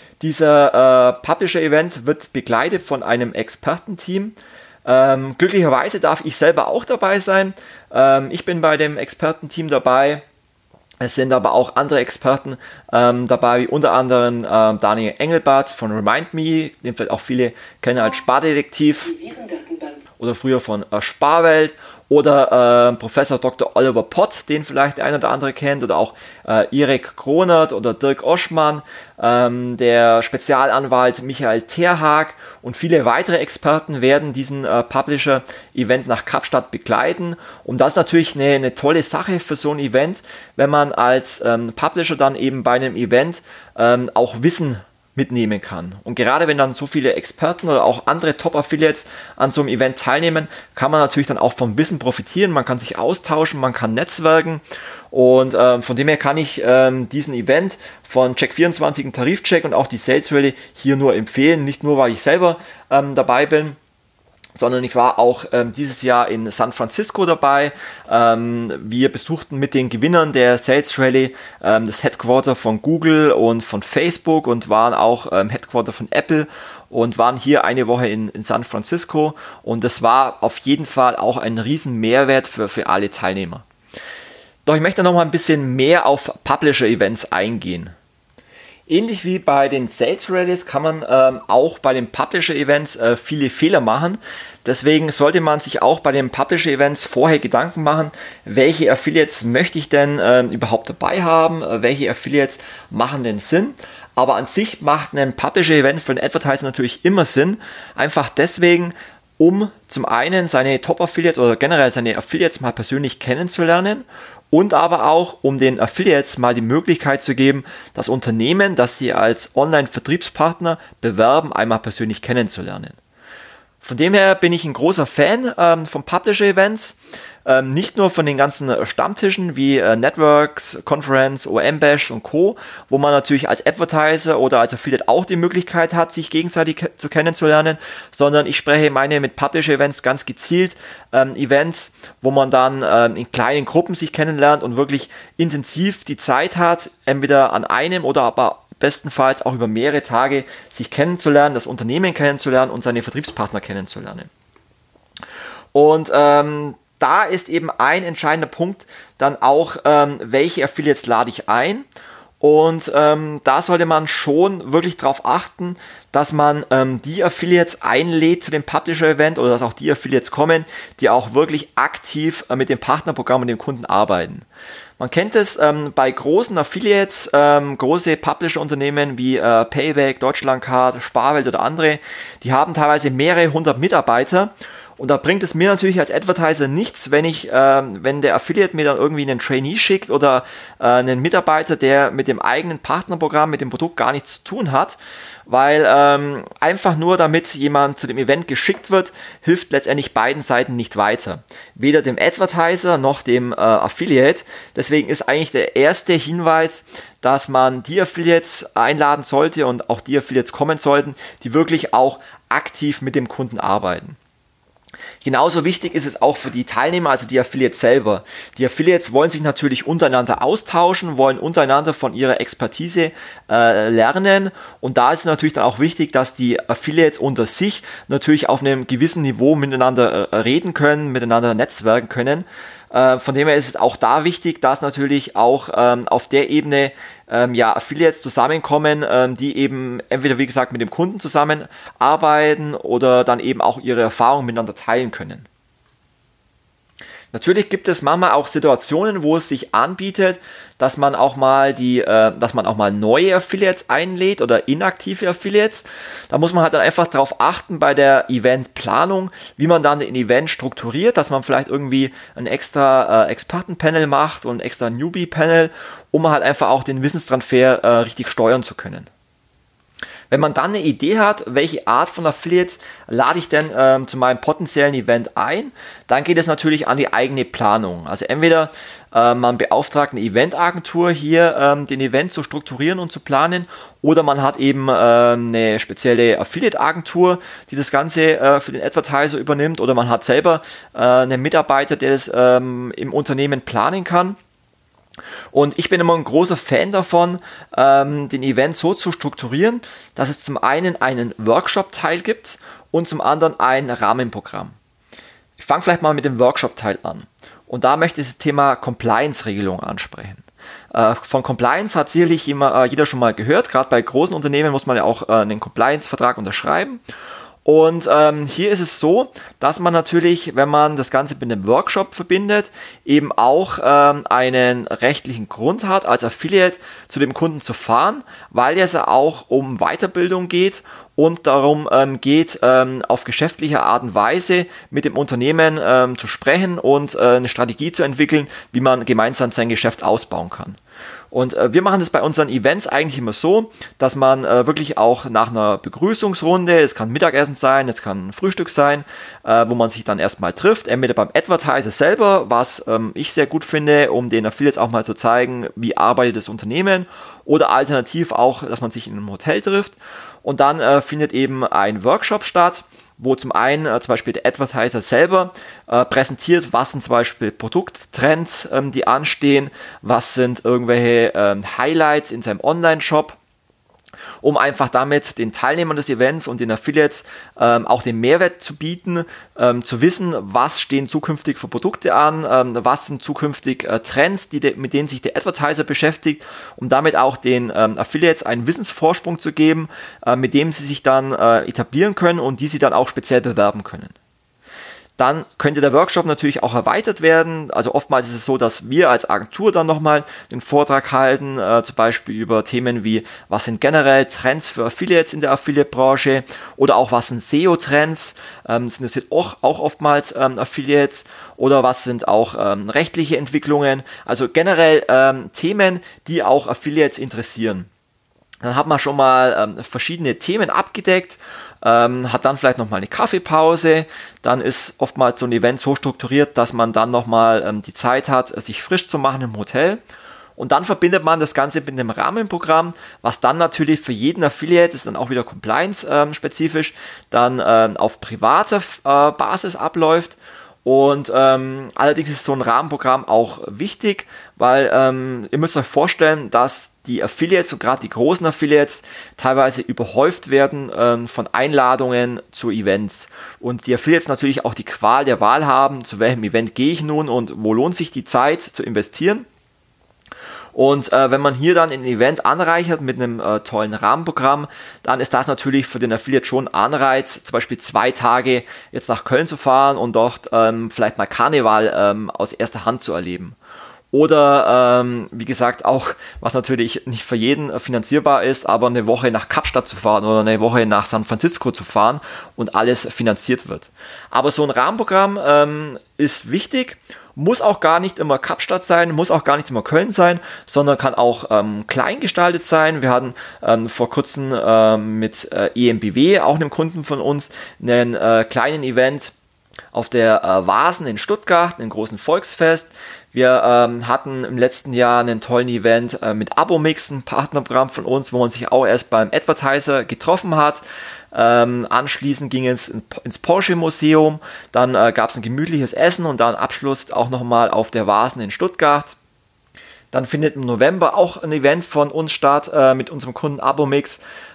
S3: Dieser Publisher-Event wird begleitet von einem Expertenteam. Glücklicherweise darf ich selber auch dabei sein. Ich bin bei dem Expertenteam dabei. Es sind aber auch andere Experten dabei, wie unter anderem Daniel Engelbart von Remind Me, den vielleicht auch viele kennen als Spardetektiv oder früher von Sparwelt. Oder Professor Dr. Oliver Pott, den vielleicht der eine oder andere kennt, oder auch Erik Kronert oder Dirk Oschmann, der Spezialanwalt Michael Terhag und viele weitere Experten werden diesen Publisher-Event nach Kapstadt begleiten. Und das ist natürlich eine tolle Sache für so ein Event, wenn man als Publisher dann eben bei einem Event auch Wissen mitnehmen kann. Und gerade wenn dann so viele Experten oder auch andere Top-Affiliates an so einem Event teilnehmen, kann man natürlich dann auch vom Wissen profitieren, man kann sich austauschen, man kann netzwerken und von dem her kann ich diesen Event von Check24 Tarifcheck und auch die Sales Rally hier nur empfehlen, nicht nur, weil ich selber dabei bin, sondern ich war auch dieses Jahr in San Francisco dabei. Wir besuchten mit den Gewinnern der Sales Rally das Headquarter von Google und von Facebook und waren auch Headquarter von Apple und waren hier eine Woche in San Francisco. Und das war auf jeden Fall auch ein riesen Mehrwert für alle Teilnehmer. Doch ich möchte noch mal ein bisschen mehr auf Publisher-Events eingehen. Ähnlich wie bei den Sales Rallies kann man auch bei den Publisher-Events viele Fehler machen. Deswegen sollte man sich auch bei den Publisher-Events vorher Gedanken machen, welche Affiliates möchte ich denn überhaupt dabei haben, welche Affiliates machen denn Sinn. Aber an sich macht ein Publisher-Event für einen Advertiser natürlich immer Sinn, einfach deswegen, um zum einen seine Top-Affiliates oder generell seine Affiliates mal persönlich kennenzulernen und aber auch, um den Affiliates mal die Möglichkeit zu geben, das Unternehmen, das sie als Online-Vertriebspartner bewerben, einmal persönlich kennenzulernen. Von dem her bin ich ein großer Fan von Publisher-Events, nicht nur von den ganzen Stammtischen wie Networks, Conference, OM Bash und Co., wo man natürlich als Advertiser oder als Affiliate auch die Möglichkeit hat, sich gegenseitig kennenzulernen, sondern ich spreche mit Publisher-Events ganz gezielt Events, wo man dann in kleinen Gruppen sich kennenlernt und wirklich intensiv die Zeit hat, entweder an einem oder aber bestenfalls auch über mehrere Tage sich kennenzulernen, das Unternehmen kennenzulernen und seine Vertriebspartner kennenzulernen. Und da ist eben ein entscheidender Punkt dann auch, welche Affiliates lade ich ein. Und da sollte man schon wirklich darauf achten, dass man die Affiliates einlädt zu dem Publisher-Event oder dass auch die Affiliates kommen, die auch wirklich aktiv mit dem Partnerprogramm und dem Kunden arbeiten. Man kennt es bei großen Affiliates, große Publisher-Unternehmen wie Payback, Deutschlandcard, Sparwelt oder andere, die haben teilweise mehrere hundert Mitarbeiter. Und da bringt es mir natürlich als Advertiser nichts, wenn der Affiliate mir dann irgendwie einen Trainee schickt oder einen Mitarbeiter, der mit dem eigenen Partnerprogramm, mit dem Produkt gar nichts zu tun hat, weil einfach nur damit jemand zu dem Event geschickt wird, hilft letztendlich beiden Seiten nicht weiter. Weder dem Advertiser noch dem Affiliate. Deswegen ist eigentlich der erste Hinweis, dass man die Affiliates einladen sollte und auch die Affiliates kommen sollten, die wirklich auch aktiv mit dem Kunden arbeiten. Genauso wichtig ist es auch für die Teilnehmer, also die Affiliates selber. Die Affiliates wollen sich natürlich untereinander austauschen, wollen untereinander von ihrer Expertise lernen und da ist es natürlich dann auch wichtig, dass die Affiliates unter sich natürlich auf einem gewissen Niveau miteinander reden können, miteinander netzwerken können. Von dem her ist es auch da wichtig, dass natürlich auch auf der Ebene Affiliates zusammenkommen, die eben entweder, wie gesagt, mit dem Kunden zusammenarbeiten oder dann eben auch ihre Erfahrungen miteinander teilen können. Natürlich gibt es manchmal auch Situationen, wo es sich anbietet, dass man auch mal neue Affiliates einlädt oder inaktive Affiliates. Da muss man halt dann einfach darauf achten bei der Eventplanung, wie man dann ein Event strukturiert, dass man vielleicht irgendwie ein extra Expertenpanel macht und ein extra Newbie-Panel, um halt einfach auch den Wissenstransfer richtig steuern zu können. Wenn man dann eine Idee hat, welche Art von Affiliates lade ich denn zu meinem potenziellen Event ein, dann geht es natürlich an die eigene Planung. Also entweder man beauftragt eine Eventagentur hier den Event zu strukturieren und zu planen, oder man hat eben eine spezielle Affiliate-Agentur, die das Ganze für den Advertiser übernimmt, oder man hat selber einen Mitarbeiter, der das im Unternehmen planen kann. Und ich bin immer ein großer Fan davon, den Event so zu strukturieren, dass es zum einen einen Workshop-Teil gibt und zum anderen ein Rahmenprogramm. Ich fange vielleicht mal mit dem Workshop-Teil an. Und da möchte ich das Thema Compliance-Regelung ansprechen. Von Compliance hat sicherlich jeder schon mal gehört. Gerade bei großen Unternehmen muss man ja auch einen Compliance-Vertrag unterschreiben. Und hier ist es so, dass man natürlich, wenn man das Ganze mit einem Workshop verbindet, eben auch einen rechtlichen Grund hat, als Affiliate zu dem Kunden zu fahren, weil es ja auch um Weiterbildung geht und darum geht, auf geschäftliche Art und Weise mit dem Unternehmen zu sprechen und eine Strategie zu entwickeln, wie man gemeinsam sein Geschäft ausbauen kann. Und wir machen das bei unseren Events eigentlich immer so, dass man wirklich auch nach einer Begrüßungsrunde, es kann Mittagessen sein, es kann ein Frühstück sein, wo man sich dann erstmal trifft, entweder beim Advertiser selber, was ich sehr gut finde, um den Affiliates auch mal zu zeigen, wie arbeitet das Unternehmen, oder alternativ auch, dass man sich in einem Hotel trifft. Und dann findet eben ein Workshop statt, wo zum einen zum Beispiel der Advertiser selber präsentiert, was sind zum Beispiel Produkttrends, die anstehen, was sind irgendwelche Highlights in seinem Online-Shop, um einfach damit den Teilnehmern des Events und den Affiliates auch den Mehrwert zu bieten, zu wissen, was stehen zukünftig für Produkte an, was sind zukünftig Trends, mit denen sich der Advertiser beschäftigt, um damit auch den Affiliates einen Wissensvorsprung zu geben, mit dem sie sich dann etablieren können und die sie dann auch speziell bewerben können. Dann könnte der Workshop natürlich auch erweitert werden. Also oftmals ist es so, dass wir als Agentur dann nochmal den Vortrag halten, zum Beispiel über Themen wie, was sind generell Trends für Affiliates in der Affiliate-Branche oder auch, was sind SEO-Trends, sind das jetzt auch oftmals Affiliates oder was sind auch rechtliche Entwicklungen. Also generell Themen, die auch Affiliates interessieren. Dann hat man schon mal verschiedene Themen abgedeckt, hat dann vielleicht nochmal eine Kaffeepause, dann ist oftmals so ein Event so strukturiert, dass man dann nochmal die Zeit hat, sich frisch zu machen im Hotel. Und dann verbindet man das Ganze mit einem Rahmenprogramm, was dann natürlich für jeden Affiliate, das ist dann auch wieder compliance-spezifisch, dann auf privater Basis abläuft. Und allerdings ist so ein Rahmenprogramm auch wichtig, weil ihr müsst euch vorstellen, dass die Affiliates und gerade die großen Affiliates teilweise überhäuft werden von Einladungen zu Events. Und die Affiliates natürlich auch die Qual der Wahl haben, zu welchem Event gehe ich nun und wo lohnt sich die Zeit zu investieren. Und wenn man hier dann ein Event anreichert mit einem tollen Rahmenprogramm, dann ist das natürlich für den Affiliate schon ein Anreiz, zum Beispiel 2 Tage jetzt nach Köln zu fahren und dort vielleicht mal Karneval aus erster Hand zu erleben. Oder, wie gesagt, auch, was natürlich nicht für jeden finanzierbar ist, aber eine Woche nach Kapstadt zu fahren oder eine Woche nach San Francisco zu fahren und alles finanziert wird. Aber so ein Rahmenprogramm ist wichtig, muss auch gar nicht immer Kapstadt sein, muss auch gar nicht immer Köln sein, sondern kann auch klein gestaltet sein. Wir hatten vor kurzem mit EMBW, auch einem Kunden von uns, einen kleinen Event auf der Vasen in Stuttgart, einen großen Volksfest. Wir hatten im letzten Jahr einen tollen Event mit Abomix, ein Partnerprogramm von uns, wo man sich auch erst beim Advertiser getroffen hat. Anschließend ging es ins Porsche Museum, dann gab es ein gemütliches Essen und dann Abschluss auch nochmal auf der Vasen in Stuttgart. Dann findet im November auch ein Event von uns statt mit unserem Kunden Abomix,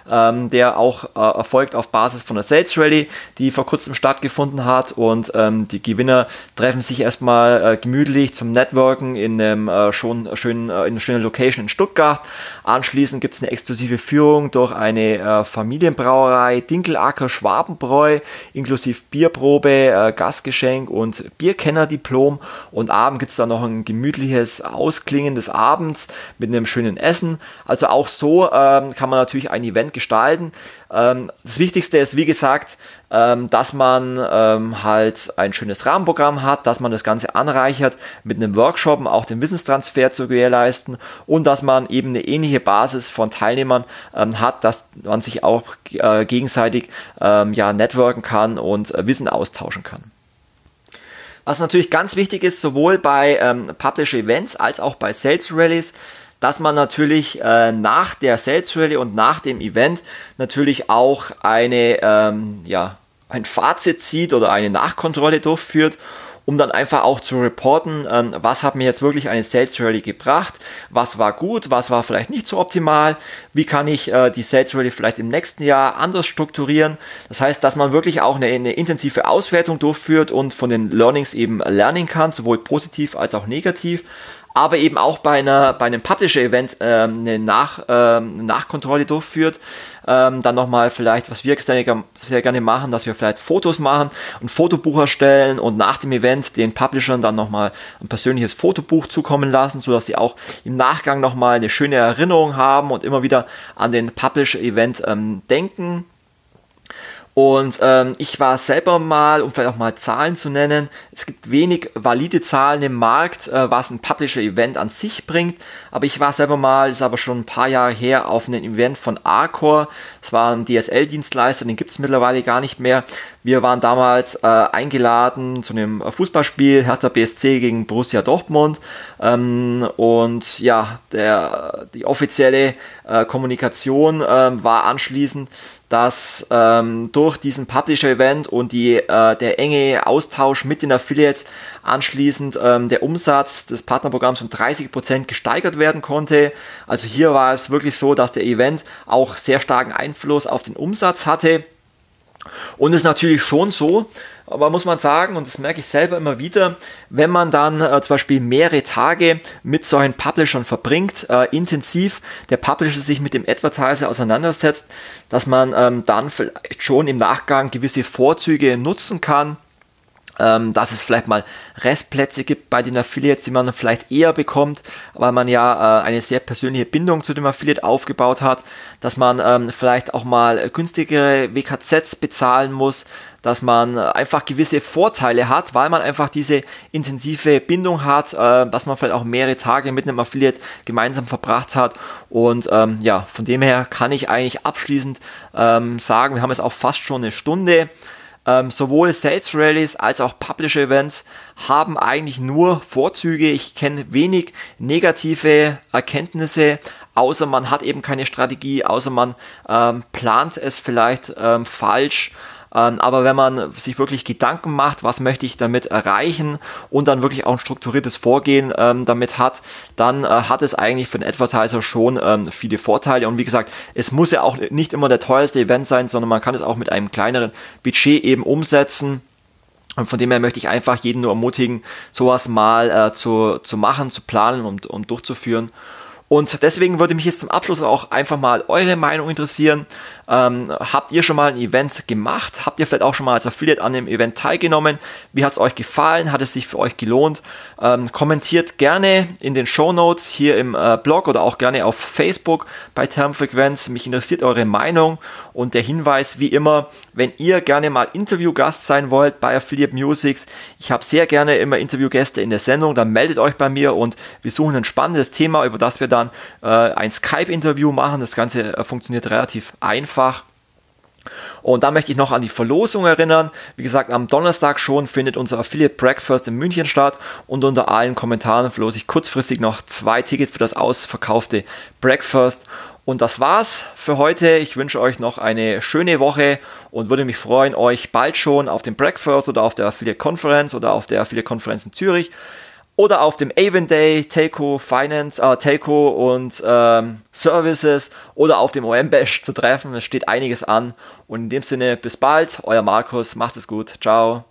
S3: der auch erfolgt auf Basis von der Sales Rally, die vor kurzem stattgefunden hat, und die Gewinner treffen sich erstmal gemütlich zum Networken in einer schönen Location in Stuttgart. Anschließend gibt es eine exklusive Führung durch eine Familienbrauerei Dinkelacker Schwabenbräu, inklusive Bierprobe, Gastgeschenk und Bierkennerdiplom, und abends gibt es dann noch ein gemütliches Ausklingen des Abends mit einem schönen Essen. Also auch so kann man natürlich ein Event gestalten. Das Wichtigste ist, wie gesagt, dass man halt ein schönes Rahmenprogramm hat, dass man das Ganze anreichert mit einem Workshop, um auch den Wissenstransfer zu gewährleisten, und dass man eben eine ähnliche Basis von Teilnehmern hat, dass man sich auch gegenseitig networken kann und Wissen austauschen kann. Was natürlich ganz wichtig ist, sowohl bei Publisher Events als auch bei Sales Rallies, dass man natürlich nach der Sales Rally und nach dem Event natürlich auch ein Fazit zieht oder eine Nachkontrolle durchführt, um dann einfach auch zu reporten, was hat mir jetzt wirklich eine Sales Rally gebracht, was war gut, was war vielleicht nicht so optimal, wie kann ich die Sales Rally vielleicht im nächsten Jahr anders strukturieren. Das heißt, dass man wirklich auch eine intensive Auswertung durchführt und von den Learnings eben lernen kann, sowohl positiv als auch negativ. Aber eben auch bei einem Publisher-Event eine Nachkontrolle durchführt. Dann nochmal vielleicht, was wir sehr gerne machen, dass wir vielleicht Fotos machen, ein Fotobuch erstellen und nach dem Event den Publishern dann nochmal ein persönliches Fotobuch zukommen lassen, sodass sie auch im Nachgang nochmal eine schöne Erinnerung haben und immer wieder an den Publisher-Event denken. Und ich war selber mal, um vielleicht auch mal Zahlen zu nennen, es gibt wenig valide Zahlen im Markt, was ein Publisher-Event an sich bringt, aber ich war selber mal, das ist aber schon ein paar Jahre her, auf einem Event von Arcor. Das war ein DSL-Dienstleister, den gibt es mittlerweile gar nicht mehr. Wir waren damals eingeladen zu einem Fußballspiel, Hertha BSC gegen Borussia Dortmund, und ja, die offizielle Kommunikation war anschließend, dass durch diesen Publisher-Event und der enge Austausch mit den Affiliates anschließend der Umsatz des Partnerprogramms um 30% gesteigert werden konnte. Also hier war es wirklich so, dass der Event auch sehr starken Einfluss auf den Umsatz hatte. Und es ist natürlich schon so, aber muss man sagen, und das merke ich selber immer wieder, wenn man dann zum Beispiel mehrere Tage mit solchen Publishern verbringt, intensiv der Publisher sich mit dem Advertiser auseinandersetzt, dass man dann vielleicht schon im Nachgang gewisse Vorzüge nutzen kann, dass es vielleicht mal Restplätze gibt bei den Affiliates, die man vielleicht eher bekommt, weil man ja eine sehr persönliche Bindung zu dem Affiliate aufgebaut hat, dass man vielleicht auch mal günstigere WKZs bezahlen muss, dass man einfach gewisse Vorteile hat, weil man einfach diese intensive Bindung hat, dass man vielleicht auch mehrere Tage mit einem Affiliate gemeinsam verbracht hat, und von dem her kann ich eigentlich abschließend sagen, wir haben jetzt auch fast schon eine Stunde. Sowohl Sales Rallies als auch Publisher Events haben eigentlich nur Vorzüge. Ich kenne wenig negative Erkenntnisse, außer man hat eben keine Strategie, außer man plant es vielleicht falsch. Aber wenn man sich wirklich Gedanken macht, was möchte ich damit erreichen, und dann wirklich auch ein strukturiertes Vorgehen damit hat, dann hat es eigentlich für den Advertiser schon viele Vorteile. Und wie gesagt, es muss ja auch nicht immer der teuerste Event sein, sondern man kann es auch mit einem kleineren Budget eben umsetzen. Und von dem her möchte ich einfach jeden nur ermutigen, sowas mal zu machen, zu planen und durchzuführen. Und deswegen würde mich jetzt zum Abschluss auch einfach mal eure Meinung interessieren. Habt ihr schon mal ein Event gemacht? Habt ihr vielleicht auch schon mal als Affiliate an dem Event teilgenommen? Wie hat es euch gefallen? Hat es sich für euch gelohnt? Kommentiert gerne in den Shownotes hier im Blog oder auch gerne auf Facebook bei Termfrequenz. Mich interessiert eure Meinung, und der Hinweis wie immer, wenn ihr gerne mal Interviewgast sein wollt bei Affiliate Musics, ich habe sehr gerne immer Interviewgäste in der Sendung, dann meldet euch bei mir und wir suchen ein spannendes Thema, über das wir dann ein Skype-Interview machen. Das Ganze funktioniert relativ einfach. Und da möchte ich noch an die Verlosung erinnern. Wie gesagt, am Donnerstag schon findet unser Affiliate Breakfast in München statt, und unter allen Kommentaren verlose ich kurzfristig noch 2 Tickets für das ausverkaufte Breakfast. Und das war's für heute. Ich wünsche euch noch eine schöne Woche und würde mich freuen, euch bald schon auf dem Breakfast oder auf der Affiliate Conference oder auf der Affiliate Conference in Zürich oder auf dem Avon Day, Telco Finance, Telco und Services oder auf dem OM Bash zu treffen. Es steht einiges an und in dem Sinne bis bald, euer Markus, macht es gut, ciao.